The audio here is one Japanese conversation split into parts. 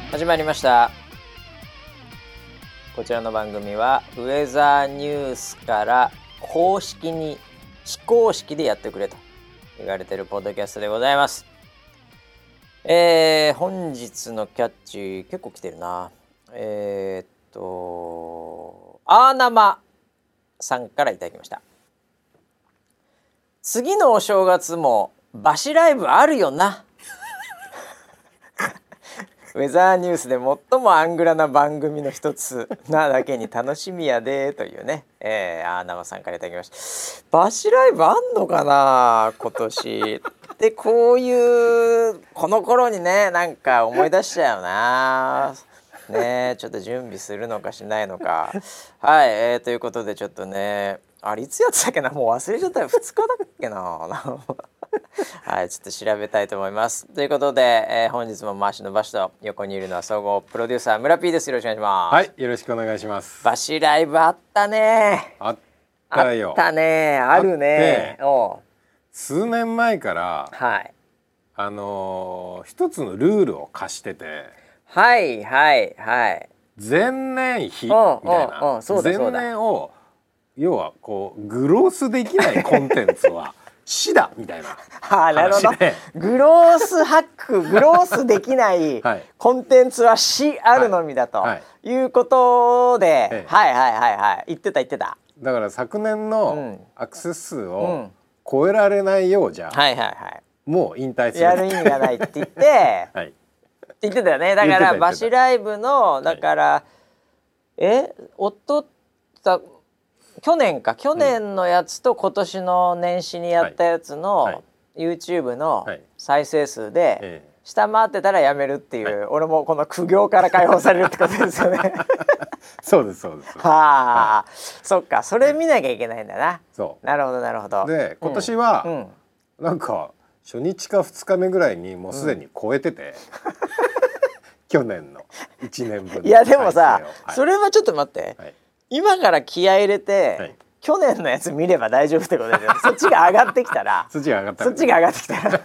始まりました。こちらの番組はウェザーニュースから公式に非公式でやってくれと言われているポッドキャストでございます。本日のキャッチ結構来てるな。アーナマさんからいただきました。次のお正月もバシライブあるよな。ウェザーニュースで最もアングラな番組の一つなだけに楽しみやでというね、アーナマさんからいただきました。バシライブあんのかな今年で、こういうこの頃にね、なんか思い出しちゃうなね。ちょっと準備するのかしないのか。はい、ということでちょっとね、あれいつやってたっけな、もう忘れちゃったよ。2日だっけなはい、ちょっと調べたいと思います。ということで、本日も回しのバシと横にいるのは総合プロデューサー村 P です。よろしくお願いします。 はい、よろしくお願いします。 バシライブあったね。 あったよ。 あったね。あるね。 数年前から、 はい、 一つのルールを課してて、 はいはいはい。 前年比みたいな、前年を要はこうグロースできないコンテンツは死だみたいな話で、 グロースハック、グロースできないコンテンツは死あるのみだということで、はいはいはいはい、言ってた。 だから昨年のアクセス数を超えられないようじゃ、もう引退する、 やる意味がないって言って、って言ってたよね。だからバシライブのだから、去年のやつと今年の年始にやったやつの YouTube の再生数で下回ってたらやめるっていう、俺もこの苦行から解放されるってことですよね。 そうです。 はあ、そっか、それ見なきゃいけないんだな。なるほど。 で、今年はなんか初日か2日目ぐらいにもうすでに超えてて、去年の1年分の。 いやでもさ、それはちょっと待って、今から気合い入れて、去年のやつ見れば大丈夫ってことですよ。そっちが上がってきたらそっちが上がってきたら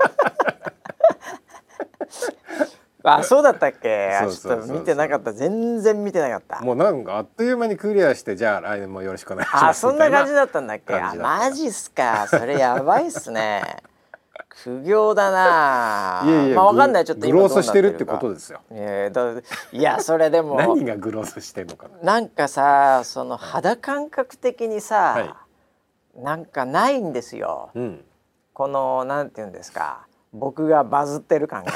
あ、そうだったっけ。ちょっと見てなかった。全然見てなかった。 もうなんかあっという間にクリアして、じゃあ来年もよろしくお願いします。 あ、そんな感じだったんだっけ。マジっすか。それやばいっすね。苦行だな。まあわかんない。ちょっと今グロースしてるってことですよ。 いやそれでも何がグロースしてんのかな。 なんかさ、その肌感覚的にさ、なんかないんですよ。このなんていうんですか、僕がバズってる感が。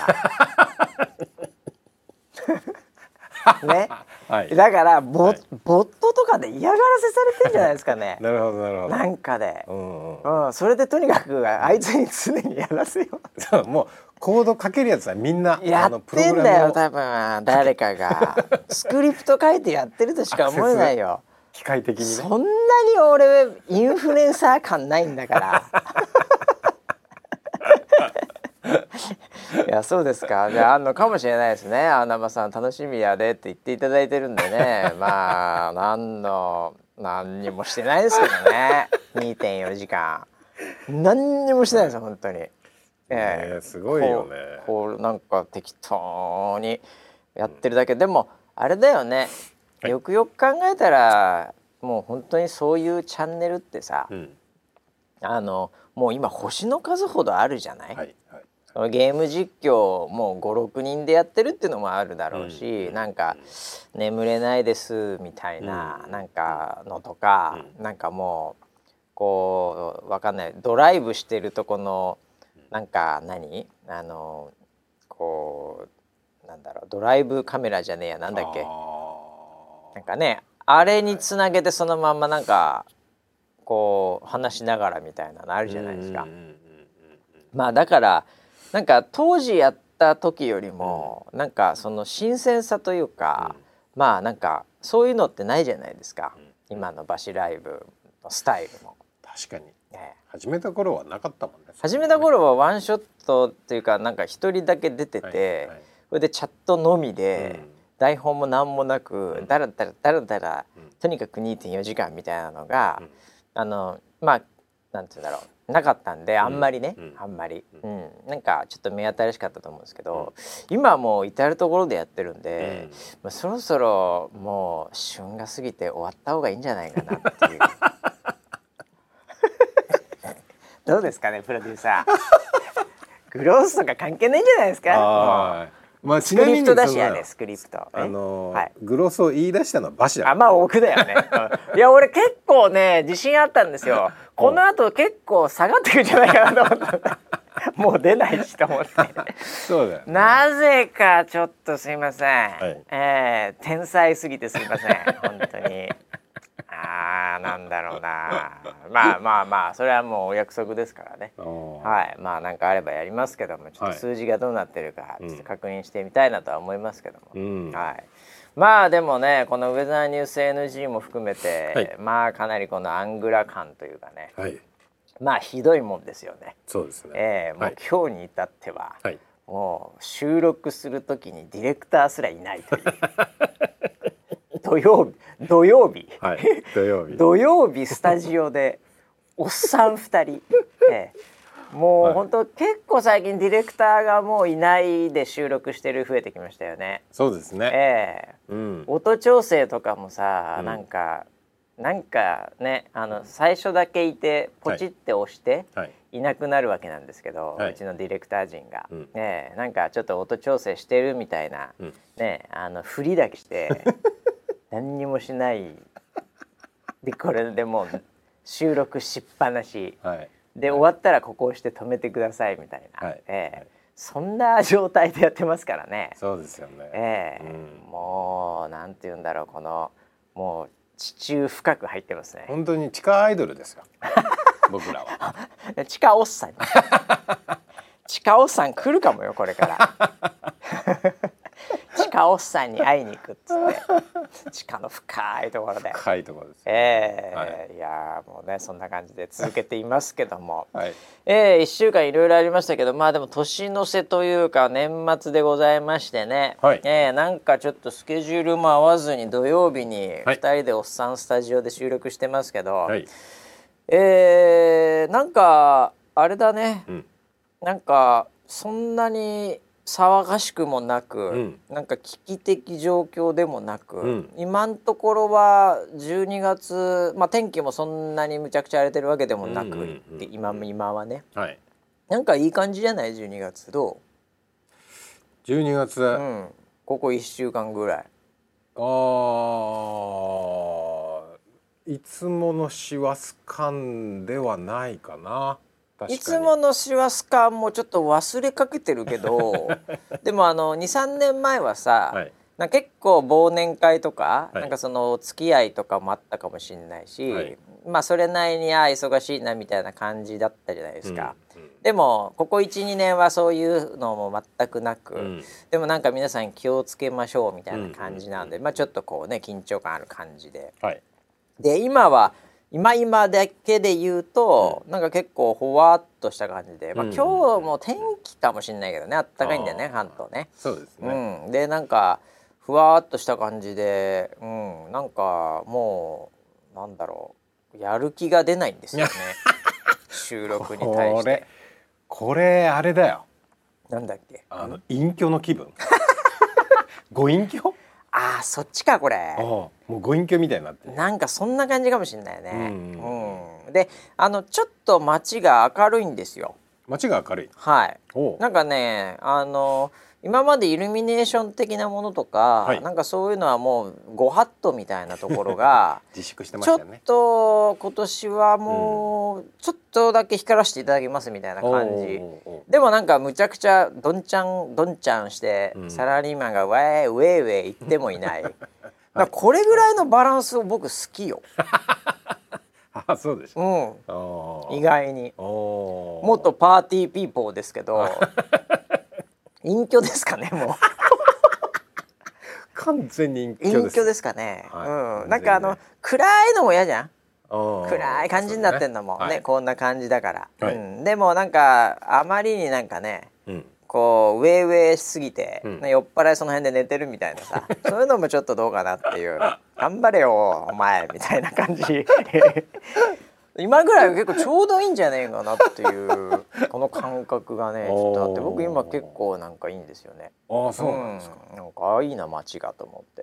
ね、だからボットとかで嫌がらせされてんじゃないですかね。 なるほど。 なんかで、それでとにかくあいつに常にやらせよう。 そう、もうコードかけるやつはみんなやってんだよ。多分誰かがスクリプト書いてやってるとしか思えないよ。 機械的にね。 そんなに俺インフルエンサー感ないんだから。いや、そうですか。じゃあ、あんのかもしれないですね。アーナマさん楽しみやでって言っていただいてるんでね。まあ何にもしてないですけどね。2.4 時間何にもしてないですよ本当に。 すごいよね。 こうなんか適当にやってるだけ。でもあれだよね、よくよく考えたらもう本当にそういうチャンネルってさ、もう今星の数ほどあるじゃない。ゲーム実況もう 5,6 人でやってるっていうのもあるだろうし、なんか眠れないですみたいななんかのとか、なんかもうこうわかんない、ドライブしてるとこのなんかこうなんだろう、ドライブカメラじゃねえや、なんだっけ、なんかね、あれにつなげてそのまんまなんかこう話しながらみたいなのあるじゃないですか。まあだからなんか当時やった時よりもなんかその新鮮さというか、まあなんかそういうのってないじゃないですか、今のバシライブのスタイルも。 確かに、始めた頃はなかったもんね。 始めた頃はワンショットっていうか、なんか一人だけ出てて、それでチャットのみで、台本も何もなくだらだらとにかく 2.4 時間みたいなのが、まあなんていうんだろう、 なかったんで、あんまりね、あんまり、なんかちょっと目新しかったと思うんですけど、今はもう至る所でやってるんで、そろそろもう旬が過ぎて終わった方がいいんじゃないかなっていうどうですかねプロデューサーグロースとか関係ないんじゃないですか。 まあ、 スクリプトだしやね、スクリプト。 グロスを言い出したのはバシだ。 まあ奥だよね。いや俺結構ね自信あったんですよ。この後結構下がってくるんじゃないかなと思ったもう出ないしと思ってそうだよ、ね、 なぜかちょっとすいません、天才すぎてすいません本当に。なんだろうな、まあそれはもうお約束ですからね。まあなんかあればやりますけども、ちょっと数字がどうなってるかちょっと確認してみたいなとは思いますけども、まあでもねこのウェザーニュース NG も含めて、まあかなりこのアングラ感というかね、まあひどいもんですよね。 そうですね。 もう今日に至っては、もう収録する時にディレクターすらいないという土曜日スタジオでおっさん2人、もう本当結構最近ディレクターがもういないで収録してる増えてきましたよね。 そうですね。 音調整とかもさ、なんかね最初だけいてポチって押していなくなるわけなんですけど、うちのディレクター陣が、なんかちょっと音調整してるみたいな、振りだけして何にもしないでこれでもう収録しっぱなし、で終わったらここをして止めてくださいみたいな、そんな状態でやってますからね。 そうですよね。 もうなんて言うんだろう、このもう地中深く入ってますね。 本当に地下アイドルですよ僕らは。 地下おっさん地下おっさん来るかもよこれから地下おっさんに会いに行くっつって地下の深いところで深いところです、 いやもうねそんな感じで続けていますけども、1週間いろいろありましたけど、まあでも年の瀬というか年末でございましてね、なんかちょっとスケジュールも合わずに土曜日に2人でおっさんスタジオで収録してますけど、なんかあれだね、なんかそんなに騒がしくもなく、なんか危機的状況でもなく、今のところは12月、天気もそんなにむちゃくちゃ荒れてるわけでもなく、今はね、なんかいい感じじゃない？ 12 月どう ？12月、 ここ1週間ぐらいいつもの師走感ではないかな。 いつもの師走感もちょっと忘れかけてるけどでも2,3 年前はさ、なんか結構忘年会とか、なんかその付き合いとかもあったかもしれないし、まあそれなりに忙しいなみたいな感じだったじゃないですか。でもここ 1,2 年はそういうのも全くなく、でもなんか皆さん気をつけましょうみたいな感じなんで、ちょっとこうね緊張感ある感じで、で今だけで言うと、なんか結構ほわっとした感じで、今日も天気かもしれないけどね、あったかいんだよね関東ね。 そうですね。 でなんかふわっとした感じで、なんかもうなんだろう、やる気が出ないんですよね収録に対して。 これあれだよ。 なんだっけ？ 隠居の気分ご隠居？ そっちかこれ。 もうご隠居みたいになってる。 なんかそんな感じかもしれないね。でちょっと街が明るいんですよ。 街が明るい。 なんかね今までイルミネーション的なものとか、なんかそういうのはもうご法度みたいなところが自粛してましたね。 ちょっと今年はもうちょっとだけ光らせていただきますみたいな感じ。でもなんかむちゃくちゃどんちゃんして、サラリーマンがウェー言ってもいないこれぐらいのバランスを僕好きよそうでしょ。意外に元パーティーピーポーですけど隠居ですかね、もう完全に隠居ですかね。なんか暗いのも嫌じゃん。暗い感じになってんのもね、こんな感じだから、でもなんかあまりになんかね、こうウェーしすぎて、酔っ払いその辺で寝てるみたいなさそういうのもちょっとどうかなっていう頑張れよお前みたいな感じ今ぐらいが結構ちょうどいいんじゃねえかなっていうこの感覚がねちょっとあって、僕今結構なんかいいんですよね。 ああそうなんですか。 なんかいいな街がと思って。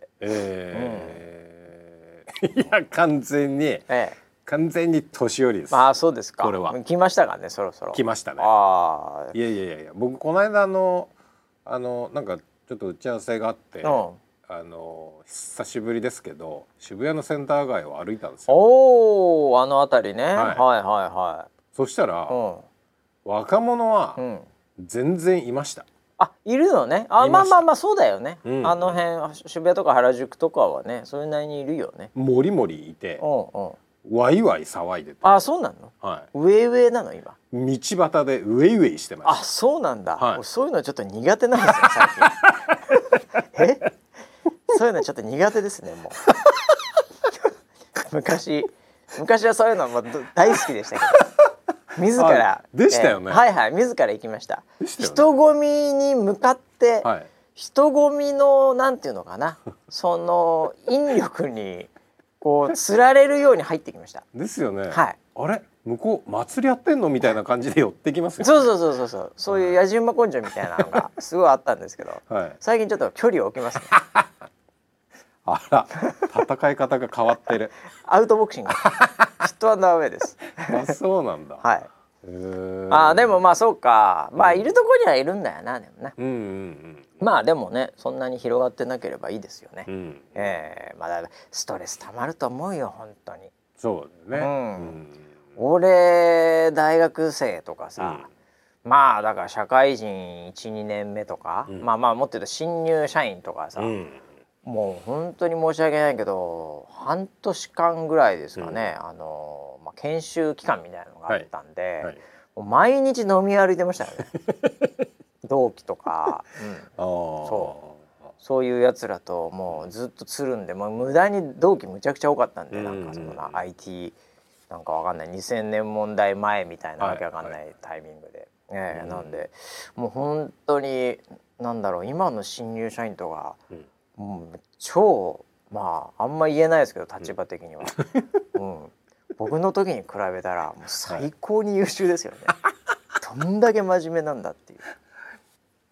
いや完全に、完全に年寄りです。 ああそうですか。 これは来ましたかね、そろそろ。 来ましたね。 ああいや僕この間なんかちょっと打ち合わせがあって、久しぶりですけど渋谷のセンター街を歩いたんですよ。 おお、あの辺りね、はいはいはい。 そしたら、若者は全然いました。 あ、いるのね。あ、まあそうだよね。あの辺渋谷とか原宿とかはねそれなりにいるよね。 もりもりいて、ワイワイ騒いでて。 あ、そうなの。ウェイウェイなの今。 道端でウェイウェイしてました。 あ、そうなんだ。そういうのちょっと苦手なんですよ最近。そういうのちょっと苦手ですねもう。昔はそういうのも大好きでしたけど、自らでしたよね。 自ら行きました。人混みに向かって、人混みのなんていうのかな、その引力にこうつられるように入ってきました。 ですよね。あれ向こう祭りやってんのみたいな感じで寄ってきますよね。 そういう野じ馬根性みたいなのがすごいあったんですけど、最近ちょっと距離を置きますね。 あら、戦い方が変わってる。 アウトボクシング。ヒットアンダーウェイです。 あ、そうなんだ。 あ、でもまあそうか。まあいるとこにはいるんだよな、でもね。まあでもね、そんなに広がってなければいいですよね。まあだストレス溜まると思うよ本当に。 そうだよね。 俺大学生とかさ、まあだから社会人1、2年目とか、まあもっと言うと新入社員とかさ。もう本当に申し訳ないけど半年間ぐらいですかね、研修期間みたいなのがあったんで、もう毎日飲み歩いてましたよね。同期とか、そういうやつらともうずっとつるんで、もう無駄に同期むちゃくちゃ多かったんで、なんかそのIT なんかわかんない2000年問題前みたいなわけわかんないタイミングで、なんでもう本当になんだろう、今の新入社員とか、もう超まああんま言えないですけど立場的には、僕の時に比べたらもう最高に優秀ですよね。どんだけ真面目なんだっていう。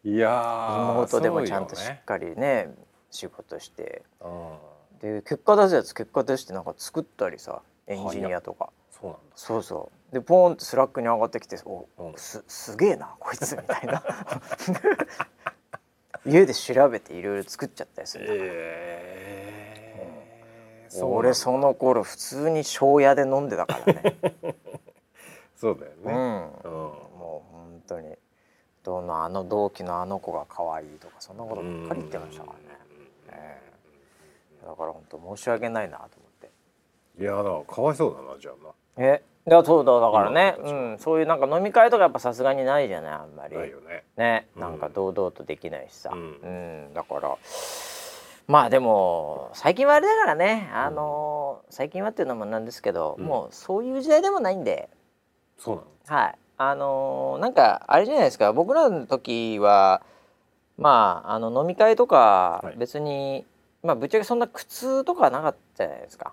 いやリモートでもちゃんとしっかりね仕事して、で結果出すやつ結果出してなんか作ったりさ、エンジニアとか。そうでポーンってスラックに上がってきて、すげえなこいつみたいな。家で調べていろいろ作っちゃったりするんだから。俺その頃普通に庄屋で飲んでたからね。 そうだよね。 もう本当にあの同期のあの子が可愛いとかそんなことばっかり言ってましたからね。だから本当申し訳ないなと思って。 いやだからかわいそうだなじゃあな。 いやそうだからね、そういうなんか飲み会とかやっぱさすがにないじゃない、あんまり。 ないよね。 ね、なんか堂々とできないしさ、だからまあでも最近はあれだからね、最近はっていうのもなんですけど、もうそういう時代でもないんで。 そうなの。なんかあれじゃないですか、僕らの時はまあ飲み会とか別に、まあぶっちゃけそんな苦痛とかなかったじゃないですか。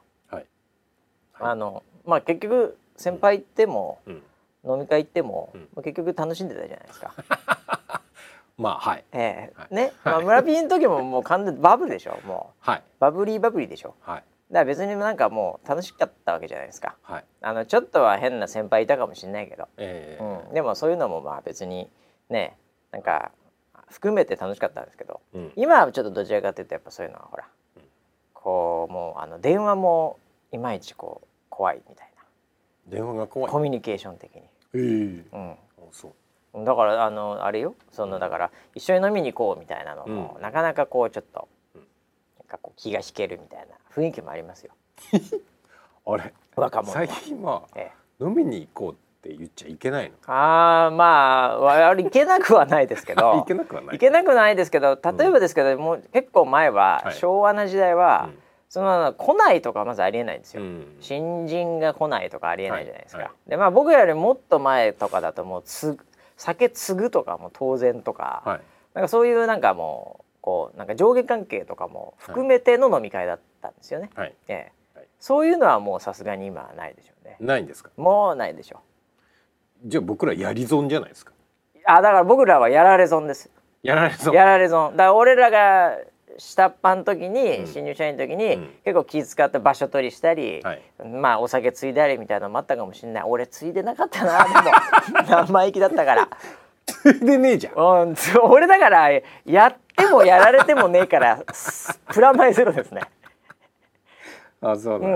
まあ結局先輩行っても、飲み会行っても、結局楽しんでたじゃないですか。 まあね、村 P の時ももう完全にバブルでしょ、もう、バブリーでしょ。だから別になんかもう楽しかったわけじゃないですか。ちょっとは変な先輩いたかもしれないけど、でもそういうのもまあ別にね、なんか含めて楽しかったんですけど、今はちょっとどちらかというとやっぱそういうのはほら、こうもう電話もいまいちこう怖いみたいな。 電話が怖い。 コミュニケーション的に。だからあれよ、だから一緒に飲みに行こうみたいなのも、なかなかこうちょっとなんかこう気が引けるみたいな雰囲気もありますよ。 あれ若者最近は飲みに行こうって言っちゃいけないの？ まあ行けなくはないですけど。行けなくないですけど、例えばですけど、もう結構前は昭和な時代は。来ないとかまずありえないんですよ。新人が来ないとかありえないじゃないですか。でまあ僕よりもっと前とかだともう酒継ぐとかも当然とか、なんかそういうなんかもうこうなんか上下関係とかも含めての飲み会だったんですよね。 そういうのはもうさすがに今はないでしょうね。 ないんですか？ もうないでしょう。じゃあ僕らやり損じゃないですか？ だから僕らはやられ損です。 やられ損。 やられ損。だから俺らが下っ端の時に、新入社員の時に、結構気遣って場所取りしたり、まあお酒ついだりみたいなのもあったかもしれない。俺ついでなかったな。でも生意気だったからついでねえじゃん。 俺だからやってもやられてもねえからプラマイゼロですね。 あ、そうだ、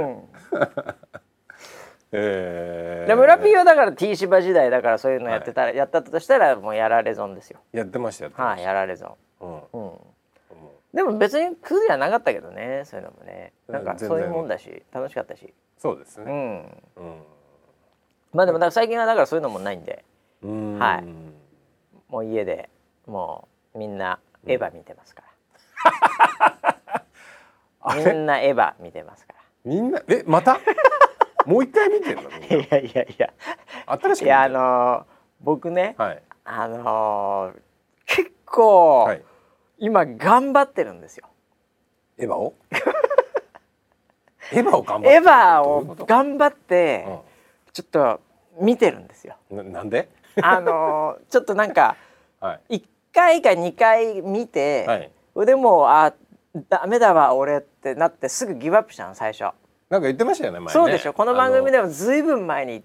で村 P はだから T 芝時代だからそういうのやってたら、やったとしたらもうやられ損ですよ。 やってましたはい、やられ損。でも別に苦じゃなかったけどね、そういうのもね、なんかそういうもんだし楽しかったし。 そうですね。 まあでもだから最近はだからそういうのもないんで、はい、もう家でもうみんなエヴァ見てますから。みんなエヴァ見てますから。 みんなまたもう一回見てるの？ いやいやいや。 新しく。いや僕ね、結構、今頑張ってるんですよ。 エヴァを？エヴァを頑張って。 エヴァを頑張ってちょっと見てるんですよ。 なんで？ ちょっとなんか1回か2回見て、でもダメだわ俺ってなってすぐギブアップしたの最初。 なんか言ってましたよね、前ね。 そうでしょ。この番組でもずいぶん前に言って、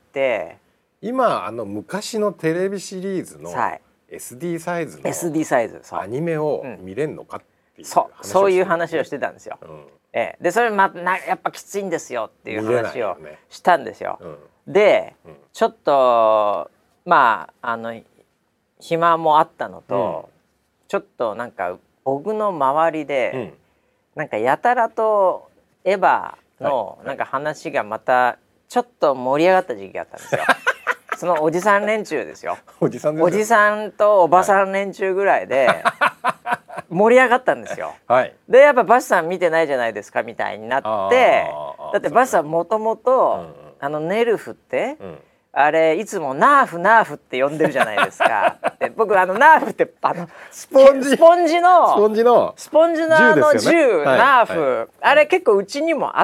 今昔のテレビシリーズの SD サイズのアニメを見れんのかっていうそういう話をしてたんですよ。でそれやっぱきついんですよっていう話をしたんですよ。でちょっとまあ暇もあったのと、ちょっとなんか僕の周りでなんかやたらとエヴァのなんか話がまたちょっと盛り上がった時期があったんですよ。そのおじさん連中ですよ。おじさんとおばさん連中ぐらいで盛り上がったんですよ。でやっぱバシさん見てないじゃないですかみたいになって、だってバシさんもともとネルフって、あれいつもナーフって呼んでるじゃないですか。で僕ナーフってスポンジの銃ナーフ、あれ結構うちにもあって、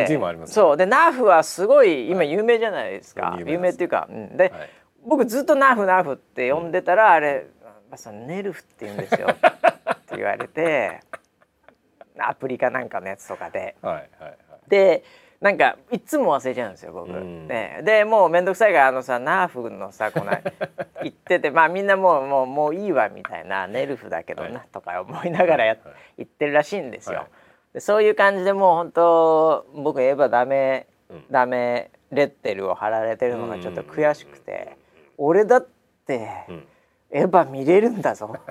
そうでナーフはすごい今有名じゃないですか。有名っていうか、で僕ずっとナーフって呼んでたら、あれバシさんネルフって言うんですよって言われて、アプリかなんかのやつとかで、でなんかいつも忘れちゃうんですよ僕、でもうめんどくさいからナーフのさこの言ってて、まあみんなもういいわみたいな、ネルフだけどなとか思いながら言ってるらしいんですよ。でそういう感じでもう本当僕エヴァダメレッテルを貼られてるのがちょっと悔しくて、俺だってエヴァ見れるんだぞ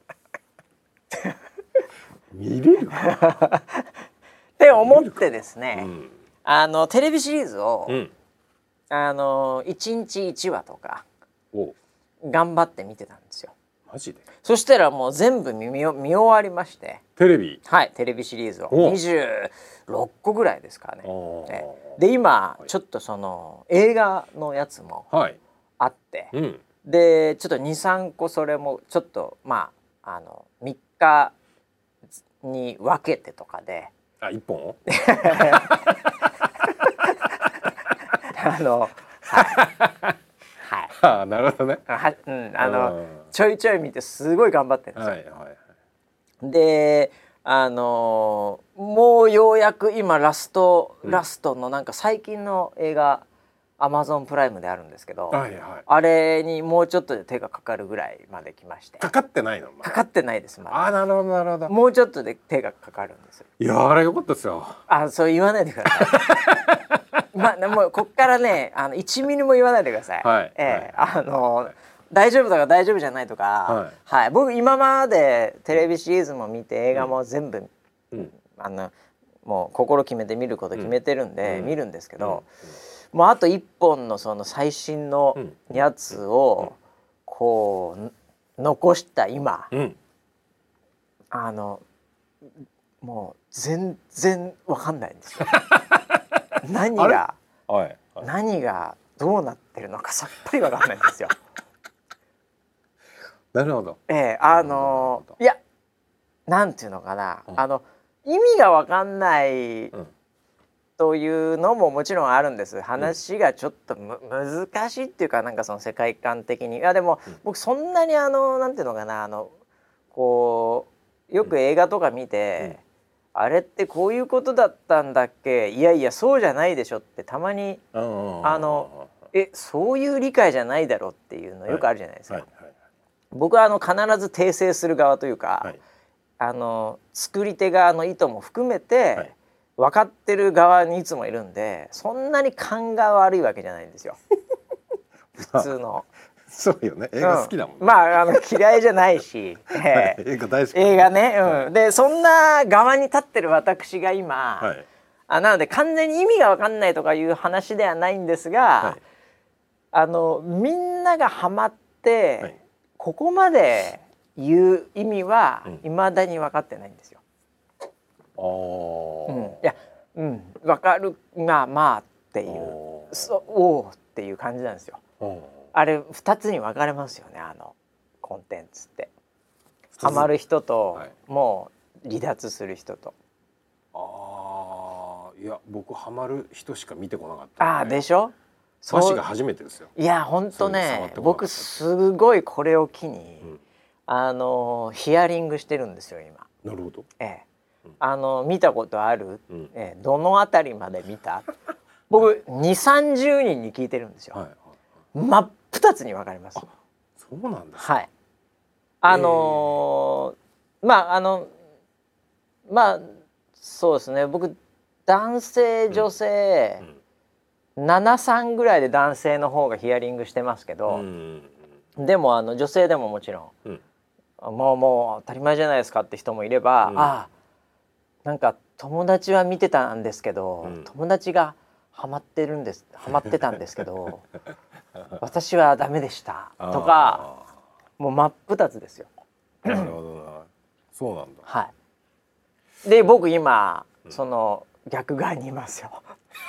見れるって思ってですね、テレビシリーズを、1日1話とか頑張って見てたんですよ。 マジで？ そしたらもう全部見終わりまして、テレビシリーズを26個ぐらいですからね。で今ちょっとその映画のやつもあって、でちょっと 2,3 個それもちょっと3日に分けてとかで 1本なるほどね。 ちょいちょい見てすごい頑張ってるんですよ。でもうようやく今ラストのなんか最近の映画Amazon プライムであるんですけど、あれにもうちょっとで手がかかるぐらいまで来まして。 かかってないの？ かかってないです。まだ。 なるほどなるほど。 もうちょっとで手がかかるんですよ。 いやあれ良かったですよ。 そう言わないでください。もうこっからね1ミリも言わないでください。大丈夫とか大丈夫じゃないとか、僕今までテレビシリーズも見て映画も全部、もう心決めて見ること決めてるんで、見るんですけど、もうあと1本のその最新のやつをこう残した今、もう全然わかんないんですよ。何がどうなってるのかさっぱりわかんないんですよ。 なるほど。 いやなんていうのかな、意味がわかんないというのももちろんあるんです。話がちょっと難しいっていうか、なんかその世界観的に。いやでも、僕そんなになんていうのかな、こうよく映画とか見て、あれってこういうことだったんだっけ、いやいやそうじゃないでしょってたまにそういう理解じゃないだろうっていうのよくあるじゃないですか。僕は必ず訂正する側というか、作り手側の意図も含めて、分かってる側にいつもいるんで、そんなに勘が悪いわけじゃないんですよ普通の。 そうよね、映画好きだもんね。 まあ嫌いじゃないし、 映画大好き、 映画ね、でそんな側に立ってる私が今、なので完全に意味が分かんないとかいう話ではないんですが、みんながハマって、ここまで言う意味は未だに分かってないんですよ。いや、分かる、まあっていう、おーっていう感じなんですよ。あれ2つに分かれますよね、コンテンツって。ハマる人と、もう離脱する人と。 いや僕ハマる人しか見てこなかった、 でしょ。 マシが初めてですよ。 いやほんとね、僕すごいこれを機に、ヒアリングしてるんですよ今。 なるほど。 見たことある、どのあたりまで見た僕2、30人に聞いてるんですよ。真っ二つに分かります。 そうなんです。 はい。まあそうですね、僕男性女性、7:3ぐらいで男性の方がヒアリングしてますけど、でも女性でももちろん、もう当たり前じゃないですかって人もいれば、なんか友達は見てたんですけど、友達がハマってたんですけど私はダメでしたとか、もう真っ二つですよ。 なるほどな。そうなんだ。 はい。で僕今、その逆側にいますよ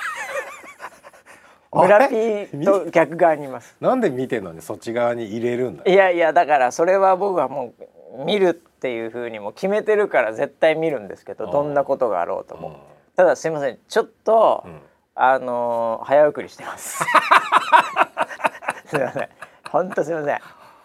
村ピーと逆側にいます。 なんで見てんのにそっち側に入れるんだ。 いやいや、だからそれは僕はもう見るっていう風にも決めてるから絶対見るんですけど、どんなことがあろうとも。ただすいません、ちょっと、早送りしてますすいません、ほんとすいません。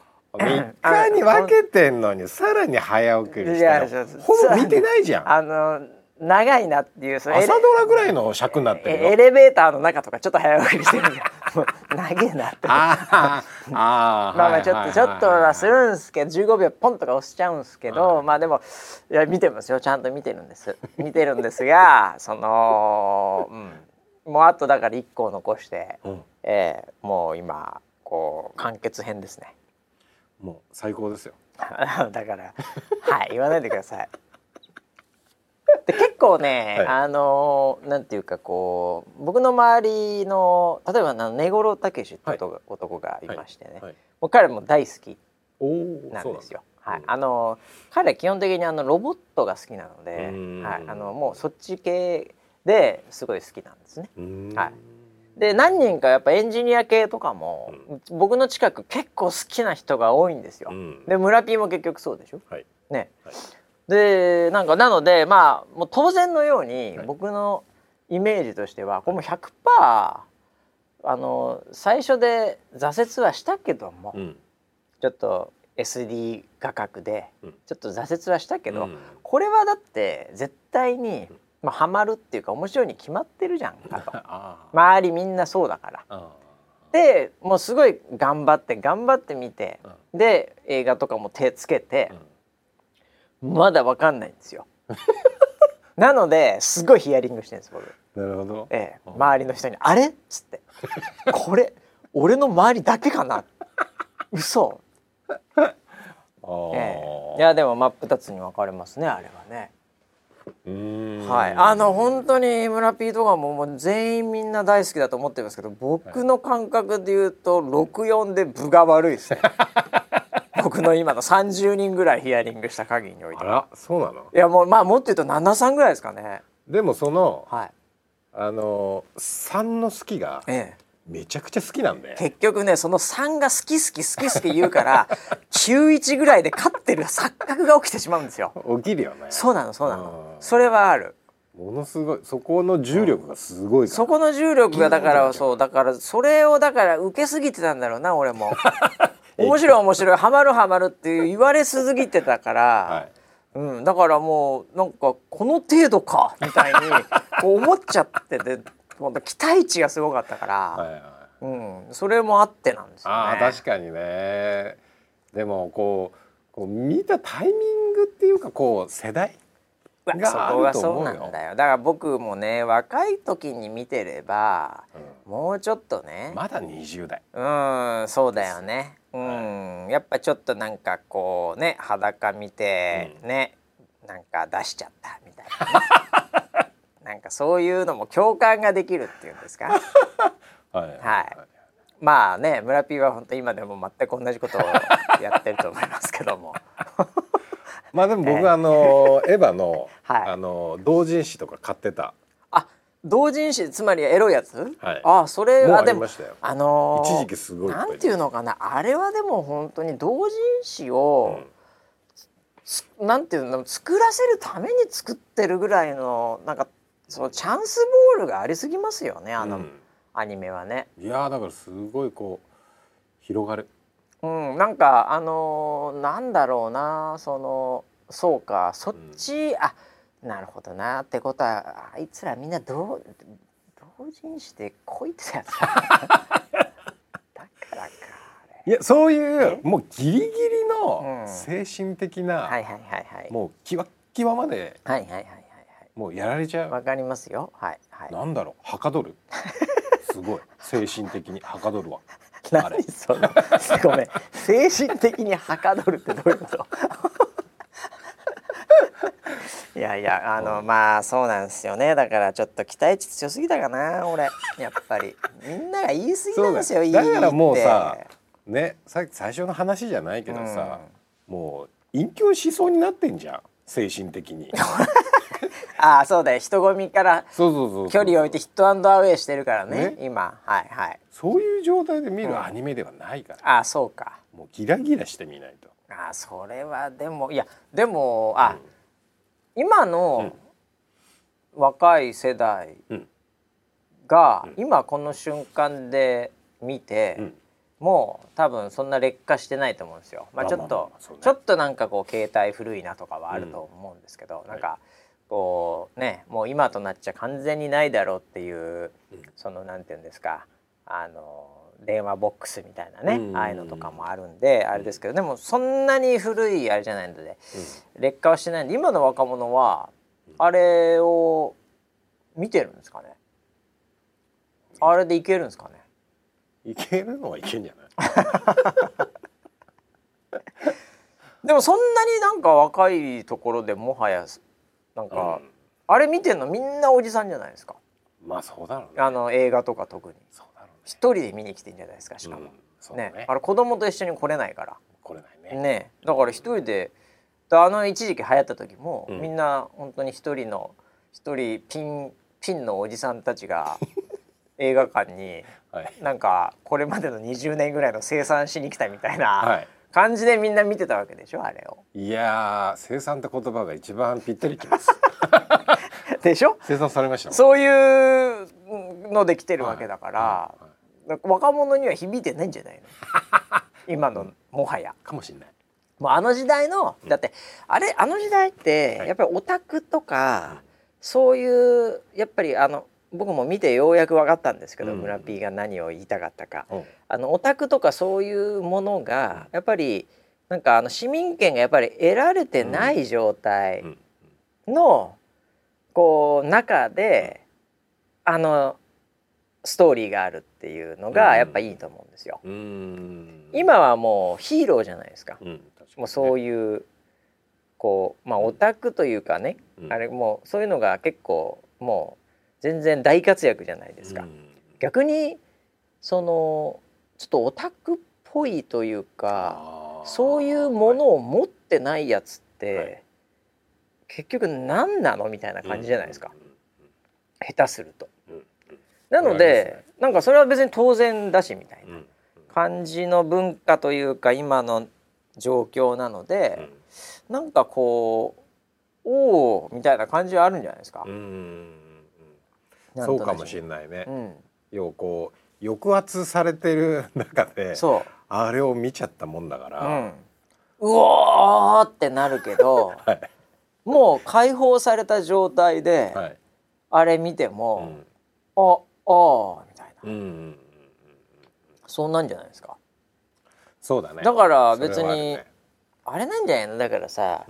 3日に分けてんのにさらに早送りしてほぼ見てないじゃん。 長いなっていう、 朝ドラぐらいの尺になってるよ。 エレベーターの中とかちょっと早送りしてるんでもう長いなってまあちょっとはするんですけど、15秒ポンとか押しちゃうんですけど、まあでもいや見てますよ、ちゃんと見てるんですが、そのもうあとだから1個残して、もう今こう完結編ですね。 もう最高ですよだから言わないでください。で結構ね、なんていうかこう僕の周りの例えば根室武史って男がいましてね、もう彼も大好きなんですよ。彼は基本的にロボットが好きなので、もうそっち系ですごい好きなんですね。で何人かやっぱエンジニア系とかも、僕の近く結構好きな人が多いんですよ。で村ピーも結局そうでしょ。ね。でなのでまあもう当然のように、僕のイメージとしてはこれも 100% 最初で挫折はしたけども、ちょっと SD 画角でちょっと挫折はしたけど、これはだって絶対に、ハマるっていうか面白いに決まってるじゃんかと周りみんなそうだからでもうすごい頑張って見て、で映画とかも手つけて、まだ分かんないんですよなのですごいヒアリングしてるんです僕。 なるほど。 周りの人にあれっつってこれ俺の周りだけかな嘘いやでも真っ二つに分かれますね、あれはね。本当に村ピーとかもう全員みんな大好きだと思ってますけど、僕の感覚で言うと64で分が悪いですね僕の今の30人ぐらいヒアリングした限りにおいては。 そうなの？ いやもうもっと言うと7:3ぐらいですかね。 でもその、3の好きがめちゃくちゃ好きなんで、 結局ねその3が好き言うから9:1ぐらいで勝ってる錯覚が起きてしまうんですよ。 起きるよね。 そうなのそれはある。 ものすごいそこの重力がすごいから、 そこの重力がだからそうだからそれをだから受けすぎてたんだろうな俺も面白い面白いハマるハマるって言われすぎてたから、はい、だからもうなんかこの程度かみたいにこう思っちゃってて期待値がすごかったから、はいはい、それもあってなんですよね。 あ確かにね。でもこう見たタイミングっていうかこう世代そこがそうなんだよ。だから僕もね若い時に見てれば、もうちょっとねまだ20代そうだよね、やっぱちょっとなんかこうね裸見てね、なんか出しちゃったみたいな、ね、なんかそういうのも共感ができるっていうんですかはい、はい、まあね村 P は本当今でも全く同じことをやってると思いますけどもまあでも僕エヴァの、はい、同人誌とか買ってた。 あ、同人誌つまりエロいやつ？ はい、 あ、それはでも一時期すごいなんていうのかな、あれはでも本当に同人誌を、なんていうの作らせるために作ってるぐらいのなんかそのチャンスボールがありすぎますよねアニメはね。 いやだからすごいこう広がる。 なんかなんだろうなそうかそっち、なるほどなってことはあいつらみんな同人誌でこいってたやつだからか。 いやそういうもうギリギリの精神的なもうキワッキワまでもうやられちゃう。 わかりますよ。はいはい。 なんだろうはかどるすごい精神的にはかどるわ。 何そのごめん精神的にはかどるってどういうこといやいやまあそうなんですよね。だからちょっと期待値強すぎたかな俺やっぱりみんなが言い過ぎなんですよ。 だからもうさねさっき最初の話じゃないけどさ、もう隠居しそうになってんじゃん精神的にそうだよ人混みから距離を置いてヒットアンドアウェイしてるからね今。はいはい。 そういう状態で見るアニメではないから、 そうか。 もうギラギラしてみないと。 それはでもいやでも今の若い世代が今この瞬間で見て、もう多分そんな劣化してないと思うんですよ。ちょっとなんかこう携帯古いなとかはあると思うんですけど、なんかこうねもう今となっちゃ完全にないだろうっていう、そのなんていうんですか電話ボックスみたいなね、ああいうのとかもあるんであれですけど、でもそんなに古いあれじゃないので、劣化はしてないんで今の若者はあれを見てるんですかね。あれでいけるんですかね。 いけるのはいけんじゃないでもそんなになんか若いところでもはやなんか、あれ見てんのみんなおじさんじゃないですか。 まあそうだろうね。映画とか特に一人で見に来てんじゃないですか。しかも、あれ子供と一緒に来れないから来れないね。 だから一人で一時期流行った時も、みんな本当に一人ピンのおじさんたちが映画館に、なんかこれまでの20年ぐらいの生産しに来たみたいな感じでみんな見てたわけでしょあれを。 いや生産って言葉が一番ぴったりきますでしょ。 生産されました。 そういうので来てるわけだから、若者には響いてないんじゃないの今のもはや。 かもしれない。 もうあの時代のだってあの時代ってやっぱりオタクとか、そういうやっぱり僕も見てようやく分かったんですけど、村 P が何を言いたかったか、オタクとかそういうものがやっぱりなんか市民権がやっぱり得られてない状態のこう中でストーリーがあるっていうのがやっぱいいと思うんですよ。今はもうヒーローじゃないですか。もうそういうこうオタクというかね、あれもうそういうのが結構もう全然大活躍じゃないですか。逆にそのちょっとオタクっぽいというかそういうものを持ってないやつって、結局何なのみたいな感じじゃないですか、下手すると。なのでなんかそれは別に当然だしみたいな感じの文化というか今の状況なので、なんかこおおみたいな感じはあるんじゃないですか。 そうかもしれないね。要はこう抑圧されてる中であれを見ちゃったもんだから、 うおーってなるけど、はい、もう解放された状態で、はい、あれ見ても、あみたいな、そうなんじゃないですか。 そうだね。 だから別に あれなんじゃないの。だからさ、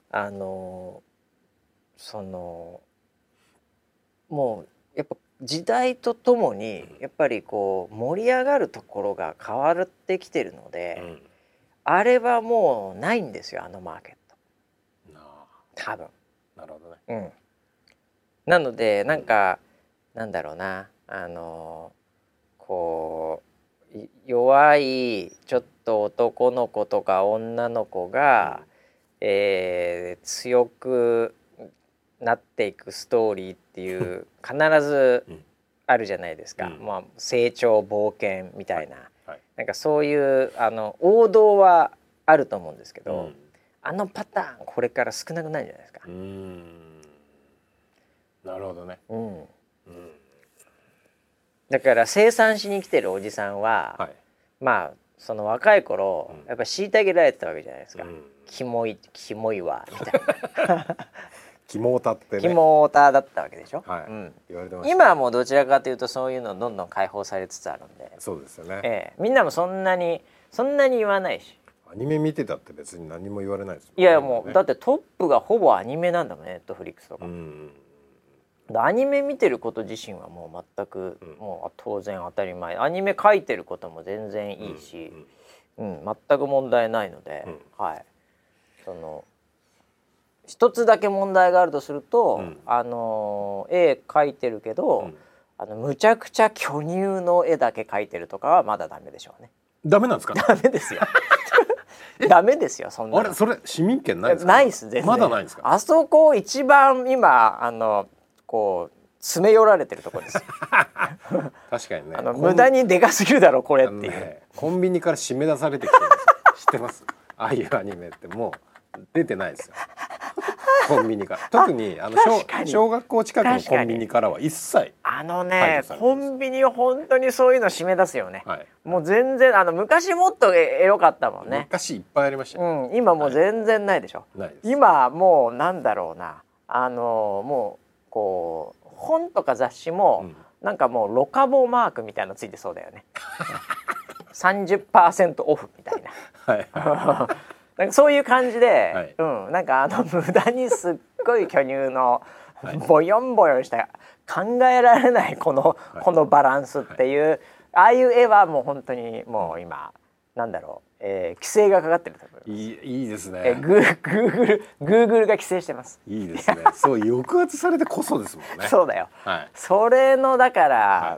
そのもうやっぱ時代とともにやっぱりこう盛り上がるところが変わってきてるので、あれはもうないんですよ、あのマーケット。多分。 なるほどね。 なのでなんか、なんだろうな、こう弱いちょっと男の子とか女の子が、強くなっていくストーリーっていう必ずあるじゃないですか。まあ、成長冒険みたいな、なんかそういう王道はあると思うんですけど、あのパターンこれから少なくないんじゃないですか。 なるほどね。 だから生産しに来てるおじさんは、まあその若い頃、やっぱ虐げられてたわけじゃないですか。キモいわみたいな。 キモータってね。 キモータだったわけでしょ。 言われてました。 今はもうどちらかというとそういうのどんどん解放されつつあるんで。 そうですよね。 みんなもそんなに言わないし。 アニメ見てたって別に何も言われないですもんね。いやもうだってトップがほぼアニメなんだもんね、ネットフリックスとか。アニメ見てること自身はもう全く、もう当然当たり前。アニメ描いてることも全然いいし、全く問題ないので、はい。その一つだけ問題があるとすると、絵描いてるけど、むちゃくちゃ巨乳の絵だけ描いてるとかはまだダメでしょうね。 ダメなんですか？ ダメですよ。ダメですよ、そんな。 あれ、それ市民権ないですか？ ないです、全然。 まだないんですか？ あそこ一番今こう詰め寄られてるところですよ。 確かにね。 無駄にでかすぎるだろこれっていう、 コンビニから締め出されてきてるんですよ。知ってます？ああいうアニメってもう出てないですよ。コンビニから、特に小学校近くのコンビニからは一切コンビニは本当にそういうの締め出すよね。もう全然昔もっとエロかったもんね。 昔いっぱいありましたよ。 今もう全然ないでしょ。今もうなんだろうな、もうこう本とか雑誌も、なんかもうロカボマークみたいなのついてそうだよね。30% オフみたいな。なんかそういう感じで、なんか無駄にすっごい巨乳のボヨンボヨンした考えられないこのバランスっていう、ああいう絵はもう本当にもう今なんだろう、規制がかかってると思います。 いいですね。 Google が規制してます。 いいですね。そう抑圧されてこそですもんね。 そうだよ。それのだから、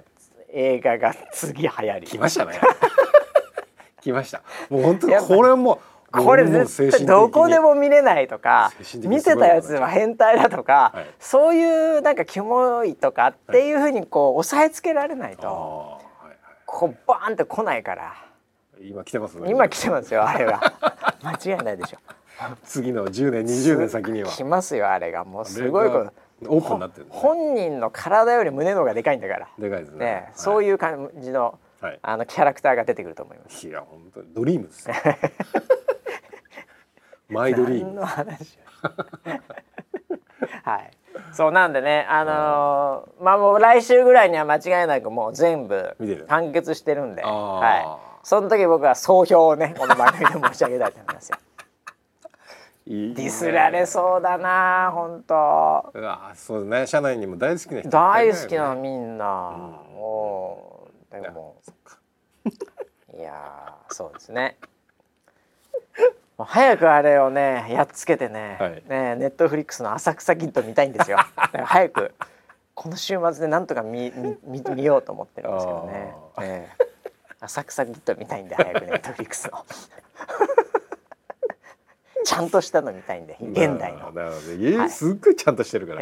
映画が次流行り来ましたね。来ました。もう本当にこれはもう。 これ絶対どこでも見れないとか、見てたやつは変態だとか、そういうなんかキモいとかっていうふうにこう押さえつけられないと、こうバーンって来ないから。 今来てますね。 今来てますよ、あれが。間違いないでしょ。 次の10年20年先には来ますよ、あれが。もうすごいこと。 オープンになってる。 本人の体より胸の方がでかいんだから。 でかいですね。 そういう感じのキャラクターが出てくると思います。 いや本当にドリームです。マイドリーム。 はい。そうなんでね、まあもう来週ぐらいには間違いなくもう全部完結してるんで、はい。その時僕は総評をねこの番組で申し上げたいと思いますよ。ディスられそうだな、本当。 そうね、社内にも大好きな人大好きなみんな。もうでもいやそうですね。早くあれをねやっつけてね、ネットフリックスの浅草キッド見たいんですよ。早くこの週末でなんとか見ようと思ってるんですけどね。浅草キッド見たいんで、早くネットフリックスのちゃんとしたの見たいんで、現代の。 すっごいちゃんとしてるから。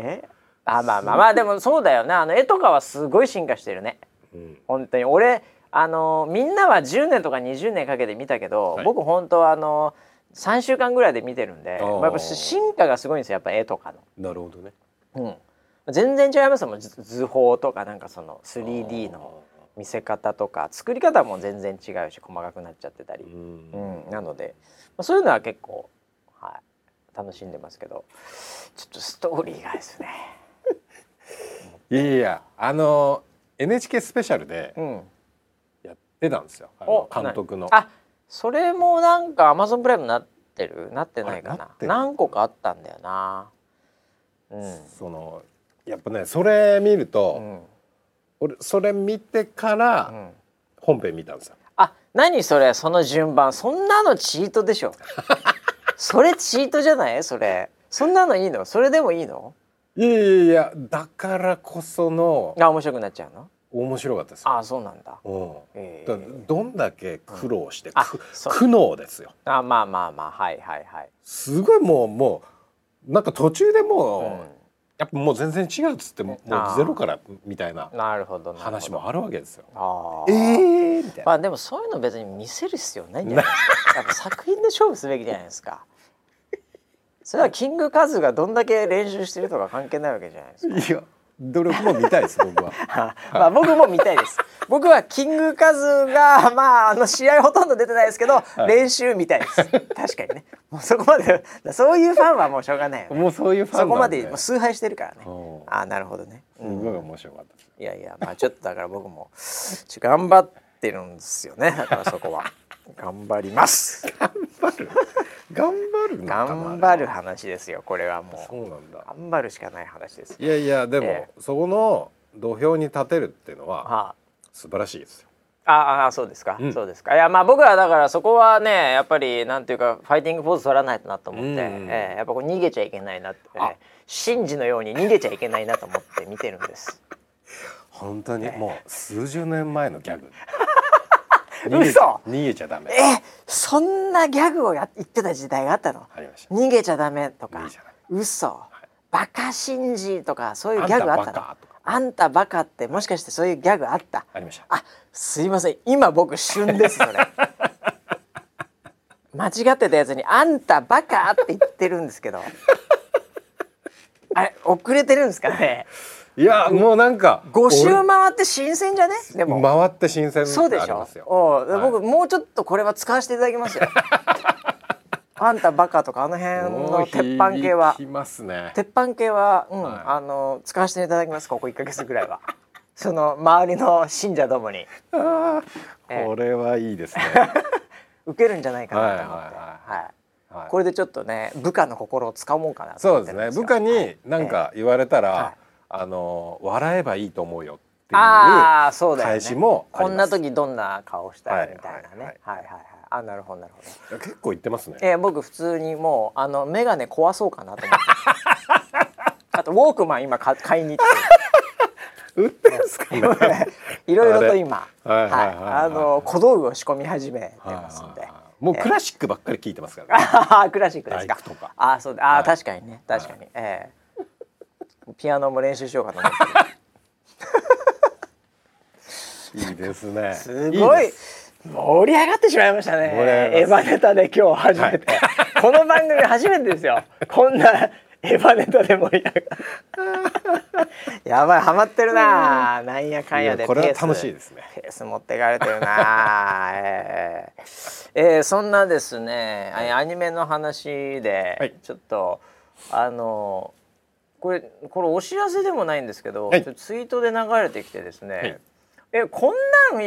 まあでもそうだよね。絵とかはすごい進化してるね。本当に俺みんなは10年とか20年かけて見たけど、僕本当 3週間ぐらいで見てるんで、やっぱ進化がすごいんですよ、やっぱ絵とかなるほどね。 の。全然違いますもん。図法とかなんかその 3D の見せ方とか作り方も全然違うし細かくなっちゃってたり、なので、そういうのは結構、楽しんでますけど、ちょっとストーリーがですねいや NHK スペシャルでやってたんですよ、監督の。 それもなんか Amazon プライムなってないかな。何個かあったんだよな。 やっぱねそれ見ると、俺それ見てから本編見たんですよ。 何それ、その順番。そんなのチートでしょそれチートじゃない？それそんなのいいの？それでもいいの？ いやだからこその面白くなっちゃうの？面白かったですよ。 そうなんだ。 どんだけ苦労して、苦悩ですよ。 まあはい。 すごいもうなんか途中でもう、やっぱもう全然違うっつってもうゼロからみたいな話もあるわけですよ。みたいな。 でもそういうの別に見せる必要ないんじゃないですか。やっぱ作品で勝負すべきじゃないですか。それはキングカズがどんだけ練習してるとか関係ないわけじゃないですか。 いや努力も見たいです僕は。 僕も見たいです。僕はキングカズが試合ほとんど出てないですけど、練習見たいです。確かにね。もうそこまでそういうファンはもうしょうがないよね。 もうそういうファンそこまでもう崇拝してるからね。なるほどね。 すごい面白かったです。 いやちょっとだから僕も頑張ってるんですよね。だからそこは頑張ります。頑張る話ですよこれは。もうそうなんだ。 頑張るしかない話です。 いやでも、そこの土俵に立てるっていうのは素晴らしいですよ。 そうですか、そうですか。いや僕はだからそこはねやっぱりなんていうかファイティングポーズ取らないとなと思って、やっぱこう逃げちゃいけないなってシンジのように逃げちゃいけないなと思って見てるんです。 本当にもう数十年前のギャグ嘘。 逃げちゃダメ。 そんなギャグを言ってた時代があったの？ ありました。 逃げちゃダメとか嘘、バカシンジとかそういうギャグあったの？あんたバカってもしかしてそういうギャグあった？ ありました。 すいません今僕旬ですそれ間違ってたやつにあんたバカって言ってるんですけどあれ遅れてるんですかね。 いやもうなんか 5周回って新鮮じゃね。でも回って新鮮ってありますよ。 僕もうちょっとこれは使わせていただきますよあんたバカとかあの辺の鉄板系は鉄板系は使わせていただきます。ここ1ヶ月ぐらいはその周りの信者どもにこれはいいですね受けるんじじゃないかなと思ってこれでちょっとね部下の心をつかもうかなと思ってるんですよ。 そうですね。部下に何か言われたら笑えばいいと思うよっていう返しもあります。 こんな時どんな顔したいみたいなね。なるほど結構言ってますね。 僕普通にもう眼鏡壊そうかなと思ってあとウォークマン今買いに行って売ってんすかねいろいろと今小道具を仕込み始めてますんで。 もうクラシックばっかり聞いてますからね。 クラシックですか。そう確かにね確かにピアノも練習しようかと思っていいですね。 すごい盛り上がってしまいましたね。エヴァネタで今日初めてこの番組初めてですよこんなエヴァネタで盛り上がるやばいハマってるななんやかんやで。 これは楽しいですね。 ペース持っていかれてるなそんなですねアニメの話でちょっとこれお知らせでもないんですけど、ツイートで流れてきてですね、こんなん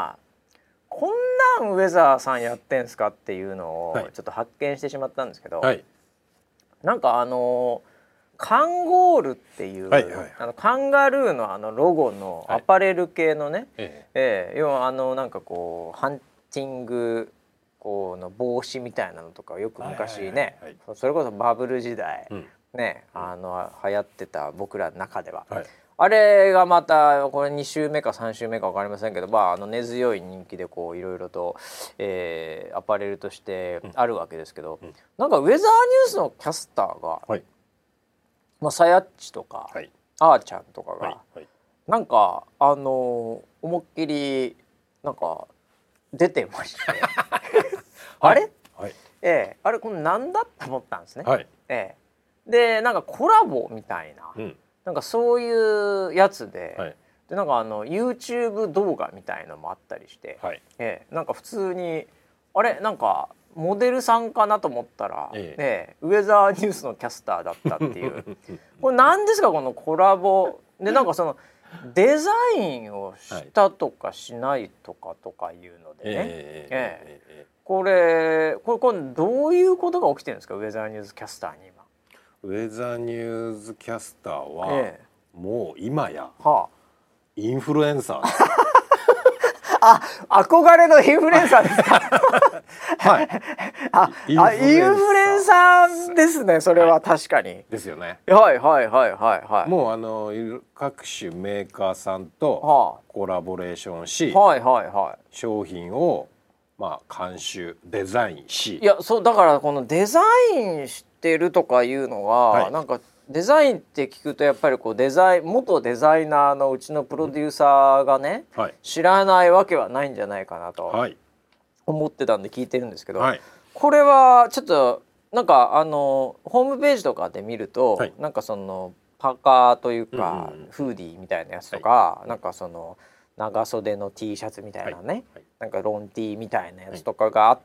ウェザーさんやってんすかっていうのをちょっと発見してしまったんですけど、なんかカンゴールっていう、カンガルーのロゴのアパレル系のね、要はなんかこうハンティングの帽子みたいなのとかよく昔ね、それこそバブル時代、ね流行ってた僕らの中では、あれがまたこれ2週目か3週目か分かりませんけど、根強い人気でいろいろと、アパレルとしてあるわけですけど、なんかウェザーニュースのキャスターが、さやっちとか、あーちゃんとかが、なんか思いっきりなんか出てましてあれ、 あれこれなんだって思ったんですね。 はい。 でなんかコラボみたいな、 うん。 なんかそういうやつで、 はい。 でなんかYouTube 動画みたいのもあったりして、 はい。 なんか普通にあれなんかモデルさんかなと思ったら、ウェザーニュースのキャスターだったっていうこれ何ですかこのコラボで、なんかそのデザインをしたとかしないとかいうのでね、これどういうことが起きてるんですかウェザーニュースキャスターに今。 ウェザーニュースキャスターは、もう今や、インフルエンサーです。 憧れのインフルエンサーですか。はい。インフルエンサーですね。それは確かに。 ですよね。 はいはいはいはいはい。 もう各種メーカーさんとコラボレーションし、商品を監修デザインし。 いやそうだからこのデザインしてるとかいうのは、なんかデザインって聞くとやっぱりこう元デザイナーのうちのプロデューサーがね、知らないわけはないんじゃないかなと思ってたんで聞いてるんですけど、これはちょっとなんかホームページとかで見ると、なんかそのパーカーというか、フーディーみたいなやつとか、なんかその長袖の T シャツみたいなね、なんかロン T みたいなやつとかがあって、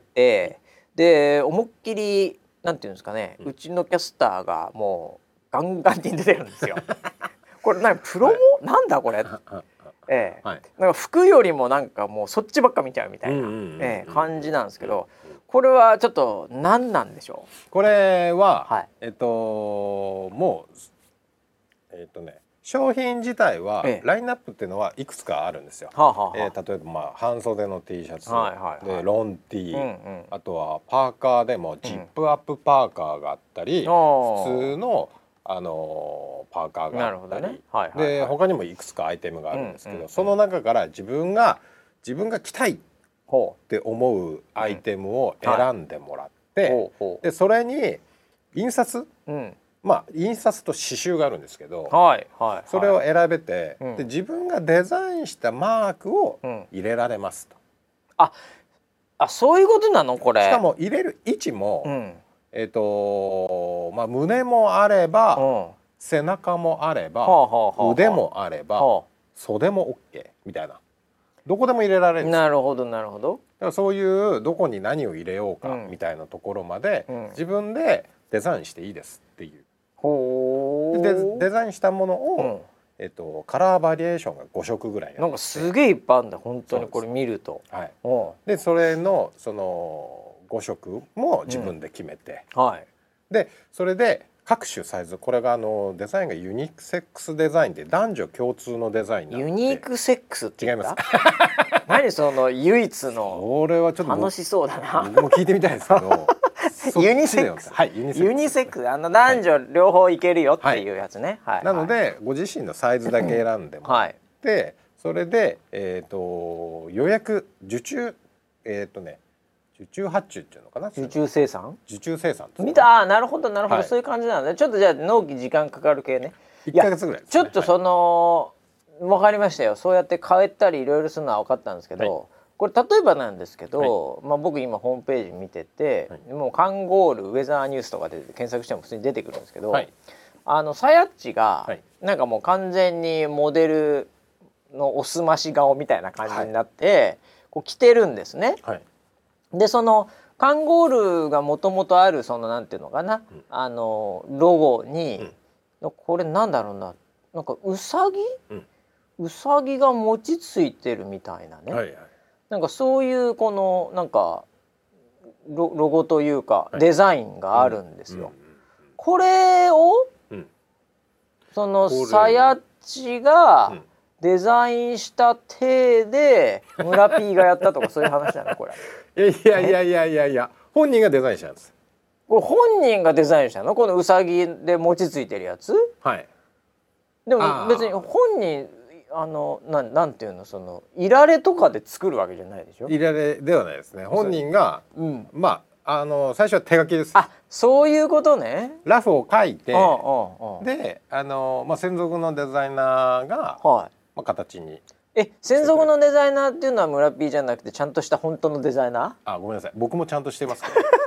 で思いっきりなんていうんですかね、うちのキャスターがもうガンガンに出てるんですよ。これプロモ、なんだこれ。なんか服よりもなんかもうそっちばっか見ちゃうみたいな感じなんですけど、これはちょっと何なんでしょう。 これは、もう商品自体は、ラインナップっていうのはいくつかあるんですよ。例えば半袖の T シャツでロン T、あとはパーカーでもジップアップパーカーがあったり、普通のパーカーがあったりで他にもいくつかアイテムがあるんですけど、その中から自分が着たいって思うアイテムを選んでもらって、でそれに印刷、印刷と刺繍があるんですけど、それを選べて、で自分がデザインしたマークを入れられますと。 そういうことなのこれ。 しかも入れる位置も、胸もあれば、背中もあれば、腕もあれば、袖も OK みたいな、どこでも入れられるんですよ。 なるほどなるほど。 だからそういうどこに何を入れようかみたいなところまで、自分でデザインしていいですっていう。デザインしたものを、カラーバリエーションが5色ぐらいなんかすげえいっぱいあるんだ本当にこれ見ると。 でそれのその5色も自分で決めて、でそれで各種サイズ、これがデザインがユニークセックスデザインで男女共通のデザインなんで。ユニークセックスって言った？違います何その唯一の。これはちょっと楽しそうだな。僕も聞いてみたいですけどユニセックス、ユニセックス、男女両方いけるよっていうやつね。なのでご自身のサイズだけ選んでもらって、それで予約受注受注発注っていうのかな、受注生産見た。なるほどなるほど、そういう感じなんで、ちょっとじゃあ納期時間かかる系ね。1ヶ月ぐらいですね。ちょっとその分かりましたよ。そうやって変えたりいろいろするのは分かったんですけど、これ例えばなんですけど、僕今ホームページ見てて、もうカンゴールウェザーニュースとかで検索しても普通に出てくるんですけど、サヤッチがなんかもう完全にモデルのおすまし顔みたいな感じになってこう着てるんですね。でそのカンゴールがもともとあるそのなんていうのかな、ロゴに、これなんだろうな、なんかウサギが餅ついてるみたいなね、なんかそういうこのなんかロゴというかデザインがあるんですよ。これをそのサヤッチがデザインした体で村 P がやったとかそういう話なのこれ。いや本人がデザインしたんです。これ本人がデザインしたの？このウサギで餅ついてるやつ？でも別に本人なんていうの、そのいられとかで作るわけじゃないでしょ？いられではないですね。本人が最初は手書きです。そういうことね。ラフを書いて、で専属のデザイナーが形に。専属のデザイナーっていうのは村 P じゃなくてちゃんとした本当のデザイナー？ごめんなさい、僕もちゃんとしてますけど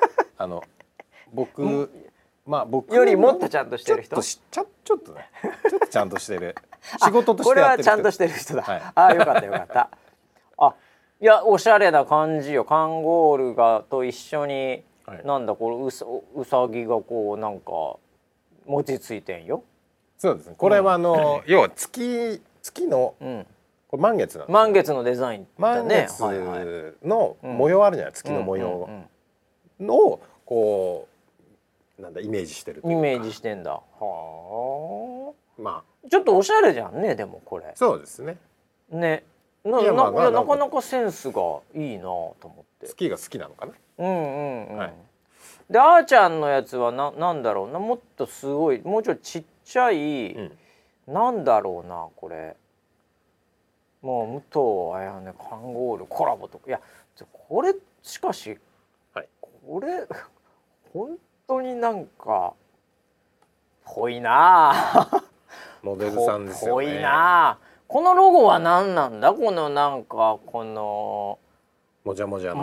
僕僕よりもっとちゃんとしてる人、 ちょっとねちょっとちゃんとしてる仕事としてこれやってる人、 はちゃんとしてる人だ、 はい、 あ、よかったよかったいやおしゃれな感じよ。カンゴールがと一緒に、はい、なんだこれうさぎがこうなんか餅ついてんよ。 そうですね、これは要は月の、これ満月なんですよ。 満月のデザインだね。 満月の模様あるじゃない、月の模様をこうなんだイメージしてるというか。 イメージしてんだ。はあ。 まあちょっとおしゃれじゃんね、でもこれ。 そうですね。 ね。なかなかセンスがいいなと思って。 月が好きなのかな。 はい、であーちゃんのやつはなんだろうな、もっとすごいもうちょっとちっちゃい、なんだろうなこれ。もう武藤綾音カンゴールコラボとか、いやこれしかし、はい、これ本当になんかぽいなモデルさんですよね。 ぽいな。このロゴは何なんだ、このなんかこのもじゃもじゃ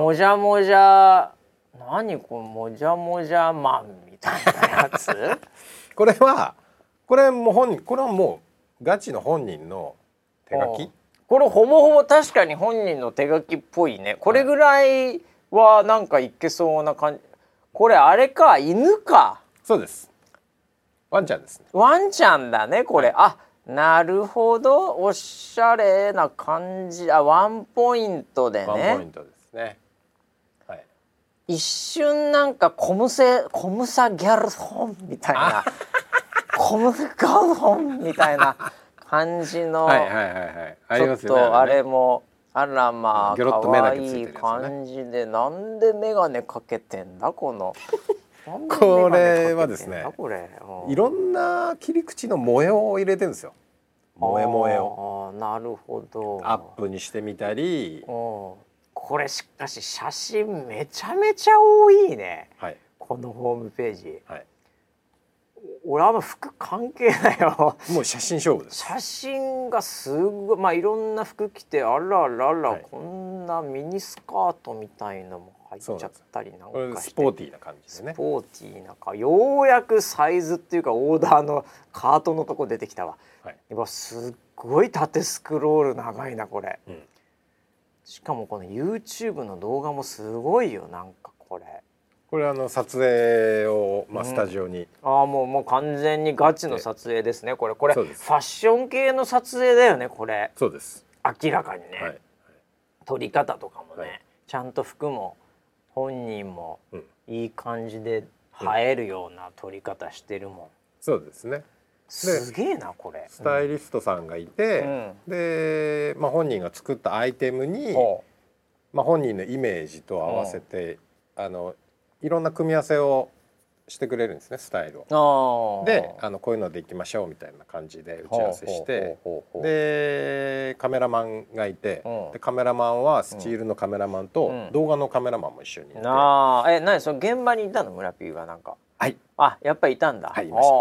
何このもじゃもじゃマンみたいなやつこれはもうガチの本人の手書き。 これほぼほぼ確かに本人の手書きっぽいね。これぐらいはなんかいけそうな感じ。これあれか、犬か。 そうです、ワンちゃんですね。 ワンちゃんだねこれ、はい、なるほど、おしゃれな感じ。ワンポイントでね。 ワンポイントですね、はい、 一瞬なんかコムサギャルソンみたいなコムサガルソンみたいな感じのちょっとあれもあらまあ可愛い感じで、なんで眼鏡かけてんだこのこれはですね、いろんな切り口の萌えを入れてるんですよ。萌えを。 なるほど。 アップにしてみたり。 これしかし写真めちゃめちゃ多いね、はい、このホームページ、はい、俺あんま服関係ないよもう写真勝負です。 写真がすごい、まあいろんな服着て、あららら、はい、こんなミニスカートみたいなのも入っちゃったりなんかして、 スポーティーな感じですね。 スポーティーなか、ようやくサイズっていうかオーダーのカートのとこ出てきたわ、はい、すっごい縦スクロール長いなこれ、しかもこの YouTube の動画もすごいよ。なんかこれ撮影を、スタジオに、 もう完全にガチの撮影ですね。これファッション系の撮影だよねこれ。 そうです、 明らかにね、はい、撮り方とかもね、はい、ちゃんと服も本人もいい感じで映えるような撮り方してるもん、 そうですね。 すげえなこれ。 スタイリストさんがいて、で、本人が作ったアイテムに、本人のイメージと合わせて、いろんな組み合わせをしてくれるんですね、スタイルを。でこういうのでいきましょうみたいな感じで打ち合わせして、でカメラマンがいて、でカメラマンはスチールのカメラマンと動画のカメラマンも一緒にいて、 何その現場にいたの、村 P はなんか。はい、やっぱりいたんだ。 はい、いました。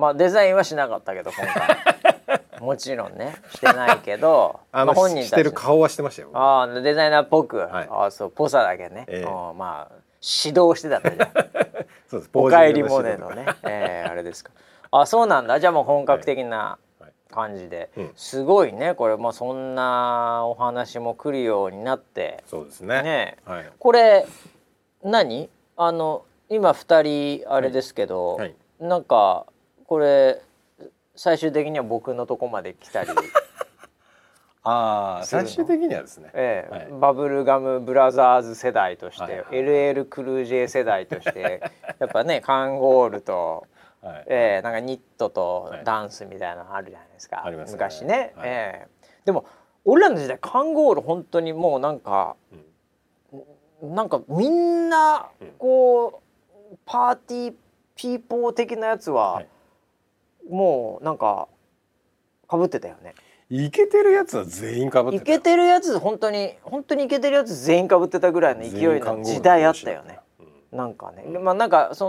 はい、デザインはしなかったけど今回もちろんねしてないけど本人たちしてる顔はしてましたよ。 デザイナーっぽく、 はい、 そうぽさだけね、指導してたんだじゃんそうです、 おかえりモネのね、あれですか。そうなんだ。じゃあもう本格的な感じで、すごいねこれ。そんなお話も来るようになって、 そうですね。 はい、これ何今2人あれですけど、はい、なんかこれ最終的には僕のとこまで来たり最終的にはですね、 はい、バブルガムブラザーズ世代として、はいはい、LL クルージェ世代としてやっぱねカンゴールと、はい、なんかニットとダンスみたいなのあるじゃないですか、はい、昔ね、はい、でも俺らの時代カンゴール本当にもうなんか、なんかみんなこう、パーティーピーポー的なやつは、はい、もうなんか被ってたよね。 イケてるやつは全員被ってた。 イケてるやつ本当にイケてるやつ全員被ってたぐらいの勢いの時代あったよね。なんかね、なんかその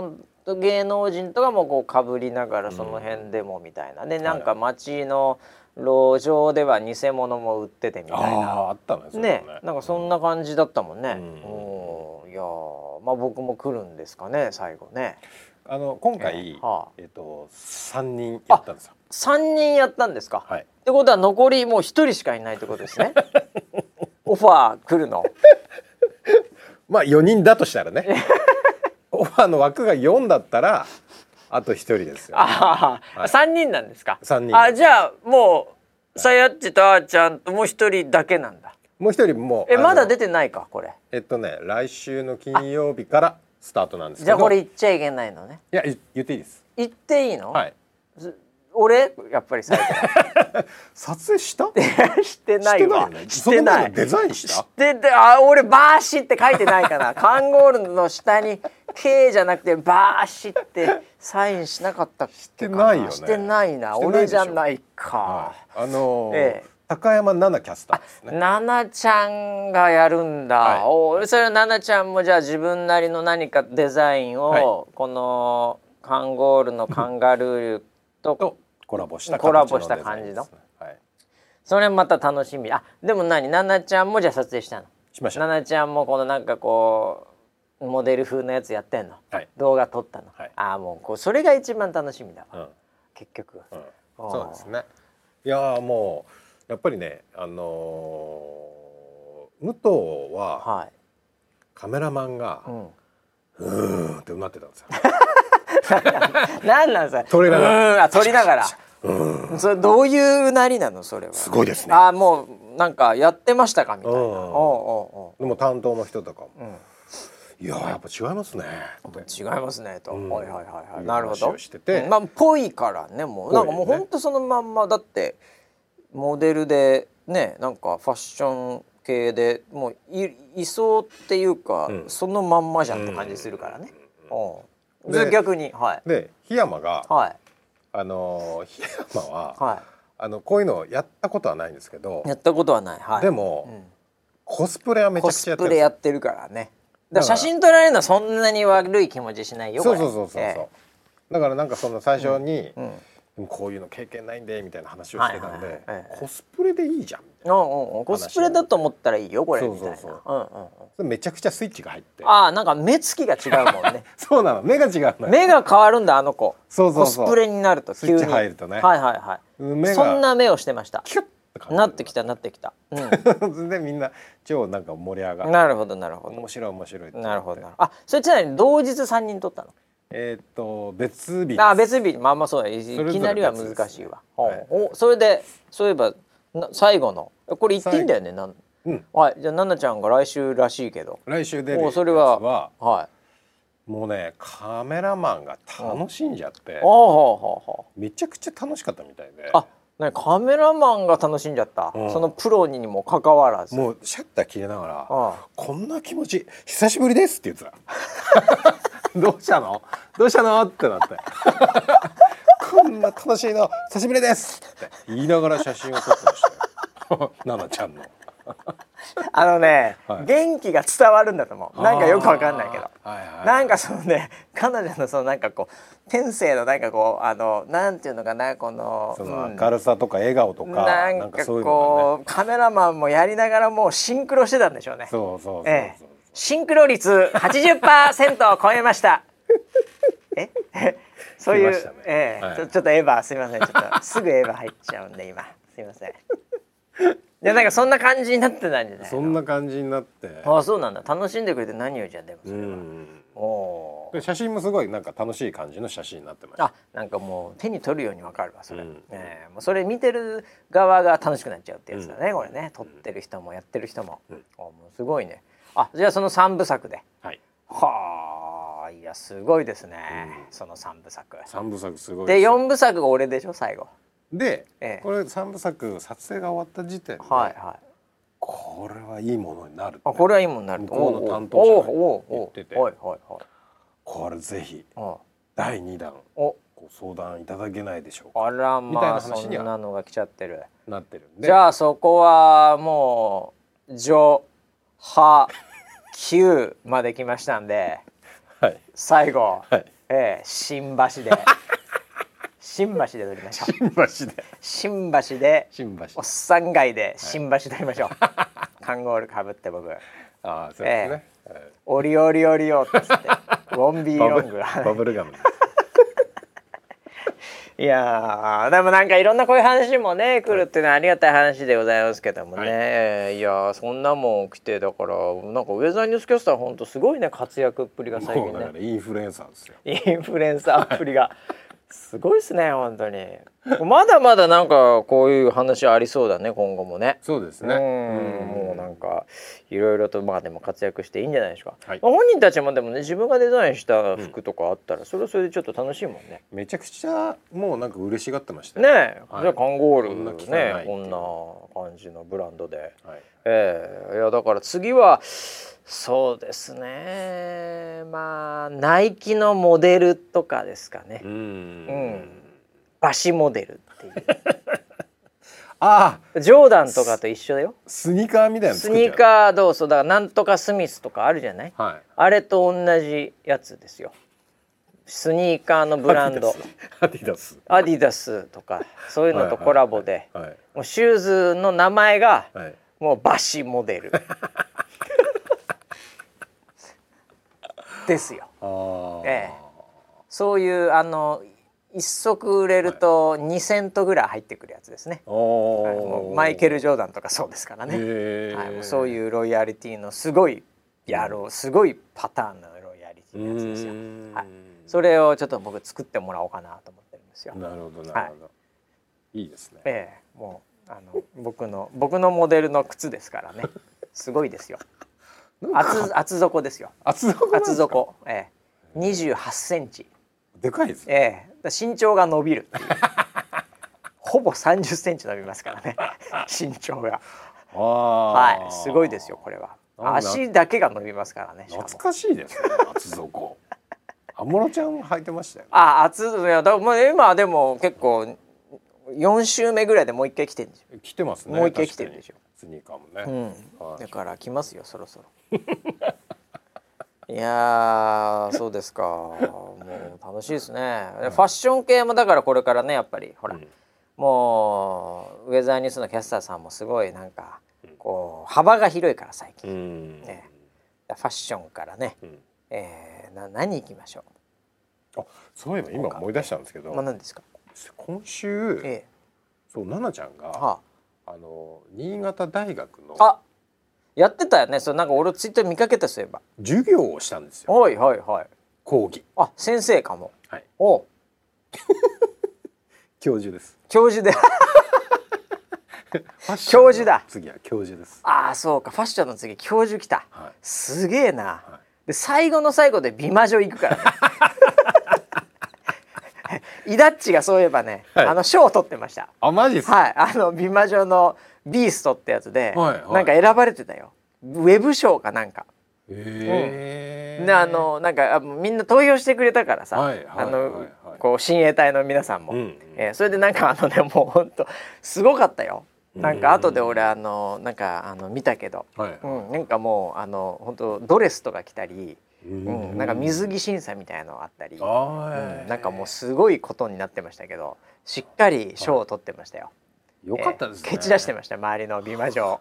芸能人とかもこうかぶりながらその辺でもみたいなで、なんか街の路上では偽物も売っててみたいな、 あったねね、なんかそんな感じだったもんね。いやまあ僕も来るんですかね最後ね。 今回3人やったんですよ。 3人やったんですか。 はい。 ってことは残りもう1人しかいないってことですね。オファー来るの。 まあ4人だとしたらね。オファーの枠が4だったらあと1人ですよ。 はい、3人なんですか。 3人。 じゃあもうさやっちとあーちゃんともう1人だけなんだ。 もう1人もまだ出てないかこれ。 来週の金曜日からスタートなんですけど。 じゃあこれ言っちゃいけないのね。 いや言っていいです。 言っていいの。 はい。 俺やっぱり最後撮影したしてないわ。 してない。デザインした俺バーシって書いてないかな。カンゴールの下に K じゃなくてバーシってサインしなかったっけかな。 してないよね。 してないな。俺じゃないか。 高山奈々キャスターですね。 奈々ちゃんがやるんだ。それは奈々ちゃんもじゃあ自分なりの何かデザインをこのカンゴールのカンガルーとコラボした感じの、はい、それまた楽しみ。でも奈々ちゃんもじゃあ撮影したの。 しました。 奈々ちゃんもこのなんかこうモデル風のやつやってんの、はい、動画撮ったの、はい、もうそれが一番楽しみだわ、結局、 そうですね。いやもうやっぱりね武藤は、はい、カメラマンがってうなってたんですよ。 なんなんさ。撮りながら。それどういうなりなのそれは。 すごいですね。 もうなんかやってましたかみたいな。でも担当の人とかも、いややっぱ違いますね。 違いますねと。はいはいはいはい。なるほど。 してて、 ぽいからねもうなんかもう本当そのまんまだってモデルでねなんかファッション系でもういそうっていうかそのまんまじゃんって感じするからね。逆にで檜山が檜山はこういうのやったことはないんですけど、 やったことはない。 でもコスプレはめちゃくちゃやってる。 コスプレやってるからね。だから写真撮られるのはそんなに悪い気持ちしないよ。 そうだからなんかその最初にこういうの経験ないんでみたいな話をしてたんで、コスプレでいいじゃんみたいな。 コスプレだと思ったらいいよこれみたいな。 めちゃくちゃスイッチが入って、 なんか目つきが違うもんね。 そうなの、目が違うの。 目が変わるんだあの子。コスプレになると急にスイッチ入るとね。 そんな目をしてました。 キュッなってきた。 でみんな超なんか盛り上がって。 なるほど。 面白い。 なるほど。それちなみに同日3人撮ったの？ 別日。 別日。まあそうだ。いきなりは難しいわ。それでそういえば最後のこれ言っていいんだよね。じゃあ奈々ちゃんが来週らしいけど。 来週出るやつは。 それはもうねカメラマンが楽しんじゃってめちゃくちゃ楽しかったみたいで。 カメラマンが楽しんじゃった、そのプロにもかかわらず。 もうシャッター切れながら「こんな気持ち久しぶりです」って言ってた。どうしたのってなってこんな楽しいの久しぶりですって言いながら写真を撮ってましたよ。奈々ちゃんの元気が伝わるんだと思う。なんかよくわかんないけど、なんかそのね彼女のそのなんかこう天性のなんかこうなんていうのかなこの明るさとか笑顔とかなんかこうカメラマンもやりながらもうシンクロしてたんでしょうね。シンクロ率 80% を超えました。そういう、ちょっとエヴァすいません。ちょっとすぐエヴァ入っちゃうんで今すいません。なんかそんな感じになってたんじゃないの？ そんな感じになって。 そうなんだ。楽しんでくれて何よりじゃでもそれは。 写真もすごいなんか楽しい感じの写真になってました。 なんかもう手に取るようにわかるわそれ。もうそれ見てる側が楽しくなっちゃうってやつだねこれね。撮ってる人もやってる人も。もうすごいね。じゃあその3部作で。いやすごいですね。その3部作。 3部作すごいで4部作が俺でしょ最後。 で、これ3部作撮影が終わった時点で、これはいいものになる、 これはいいものになる向こうの担当者が言ってて、これぜひ第2弾ご相談いただけないでしょうか。みたいな話にはそんなのが来ちゃってる。 なってるんで、 じゃあそこはもう序波9まで来ましたんで、最後新橋で新橋で撮りましょう。新橋でおっさん街で新橋撮りましょう。カンゴールかぶって僕そうですね、 オリオリオリオっつってウォンビーロングバブルガムいやでもなんかいろんなこういう話もね来るっていうのはありがたい話でございますけどもね、いやそんなもん来てだからなんかウェザーニュースキャスターほんとすごいね活躍っぷりが最近ね。 もうだからインフルエンサーですよ。 インフルエンサーっぷりがすごいですね本当に。まだまだなんかこういう話ありそうだね今後もね。 そうですね。 もうなんかいろいろとまあでも活躍していいんじゃないでしょうか、 はい。 本人たちもでもね自分がデザインした服とかあったらそれはそれでちょっと楽しいもんね。 めちゃくちゃもうなんか嬉しがってましたよねえ、じゃあカンゴールこんな機会ねないこんな感じのブランドで、 はい。 いやだから次はそうですねまあナイキのモデルとかですかね。バシモデルっていうジョーダンとかと一緒だよ。 スニーカーみたいなのスニーカーどうそうだからなんとかスミスとかあるじゃない、 はい、 あれと同じやつですよ。スニーカーのブランドアディダスとかそういうのとコラボで、 はいはいはい、 もうシューズの名前が、 はい、 もうバシモデルですよ。そういう1足売れると2セントぐらい入ってくるやつですね。もうマイケル・ジョーダンとかそうですからね、もうそういうロイヤリティのすごいすごいパターンのロイヤリティのやつですよ。それをちょっと僕作ってもらおうかなと思ってるんですよ。 なるほどなるほど、いいですね。 もう僕のモデルの靴ですからねすごいですよ。厚底ですよ。厚底28センチでかいですね。 身長が伸びるっていうほぼ30センチ伸びますからね身長が。はい、すごいですよこれは。足だけが伸びますからね。 懐かしいですね厚底。安室ちゃん履いてましたよ。 今でも結構4週目ぐらいでもう一回来てるんですよ。 来てますね。 もう一回来てるんですよ。 スニーカーもね、 だから来ますよそろそろいやそうですか。もう楽しいですね。ファッション系もだからこれからねやっぱりほら、もうウェザーニュースのキャスターさんもすごいなんかこう幅が広いから最近、ファッションからね、何行きましょう。そういえば今思い出したんですけど、 何ですか。 今週、そう奈々ちゃんが、新潟大学のやってたよね。それなんか俺ツイッター見かけた。そういえば授業をしたんですよ。 はい講義。 先生かも。 はい。 お教授です。 教授で教授だ。 次は教授です。 そうかファッションの次教授来た、すげえな、で最後の最後で美魔女行くからねイダッチがそういえばね、賞を取ってました。 マジですか。 美魔女のビーストってやつで、なんか選ばれてたよ。ウェブ賞かなんか。なんかみんな投票してくれたからさ、こう親衛隊の皆さんも、それでなんかもうほんとすごかったよ。なんか後で俺なんか見たけど、なんかもう本当ドレスとか着たり、なんか水着審査みたいなのがあったり、なんかもうすごいことになってましたけど、しっかり賞を取ってましたよ。 よかったですね。 蹴散らしてました周りの美魔女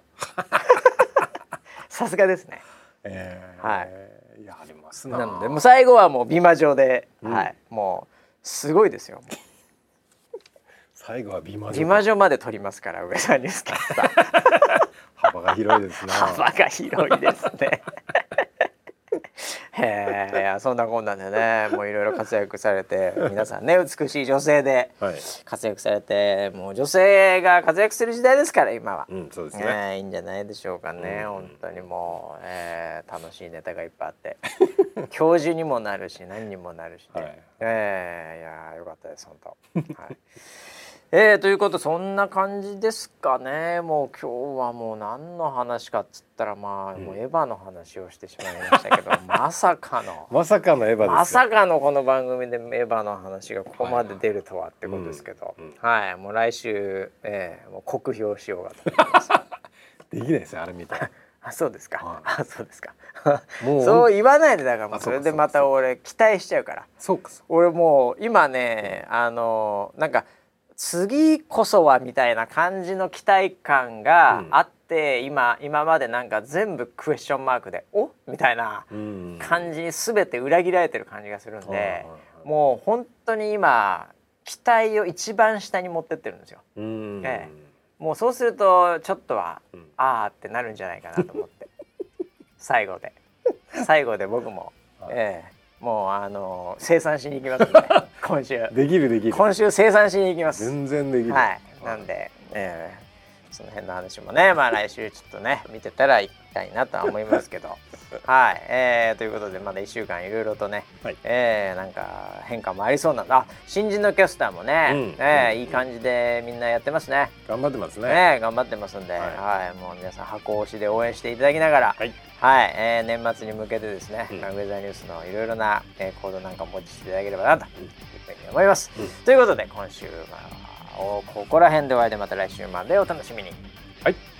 さすがですね。 いやありますな。 なのでもう最後はもう美魔女で、もうすごいですよ。 最後は美魔女。 美魔女まで取りますから上さんにスキャスター幅が広いですね。 幅が広いですねそんなこんなんでね、もういろいろ活躍されて皆さんね美しい女性で活躍されて、もう女性が活躍する時代ですから今は。 そうですね。 いいんじゃないでしょうかね。本当にもう、楽しいネタがいっぱいあって教授にもなるし何にもなるしね、いやよかったです本当。ということでそんな感じですかね。もう今日はもう何の話かっつったらもうエヴァの話をしてしまいましたけどまさかのエヴァですよ。 まさかのこの番組でエヴァの話がここまで出るとはってことですけど、もう来週、もう酷評しようかと思いますできないですよあれみたい。 あ、そうですか、 はい、 あ、そうですかもうそう言わないで、だからもうそれでまた俺期待しちゃうから。 そうか俺もう今ね、なんか次こそはみたいな感じの期待感があって、今までなんか全部クエスチョンマークでおみたいな感じに全て裏切られてる感じがするんで、もう本当に今期待を一番下に持ってってるんですよ。もうそうするとちょっとは、あーってなるんじゃないかなと思って最後で僕も、もう生産しに行きますんで今週できる今週生産しに行きます。 全然できる。 はい、なんで、その辺の話もね、まあ来週ちょっとね見てたら行きたいなとは思いますけどはい、ということでまだ1週間いろいろとね、 はい、 なんか変化もありそうなんだ。新人のキャスターもね、いい感じでみんなやってますね。 頑張ってますね。 頑張ってますんで、もう皆さん箱推しで応援していただきながら、年末に向けてですね、ウェザーニュースのいろいろな、行動なんかもお持ちしていただければなというふうに思います。ということで今週はここら辺で終わりで、また来週までお楽しみに。 はい。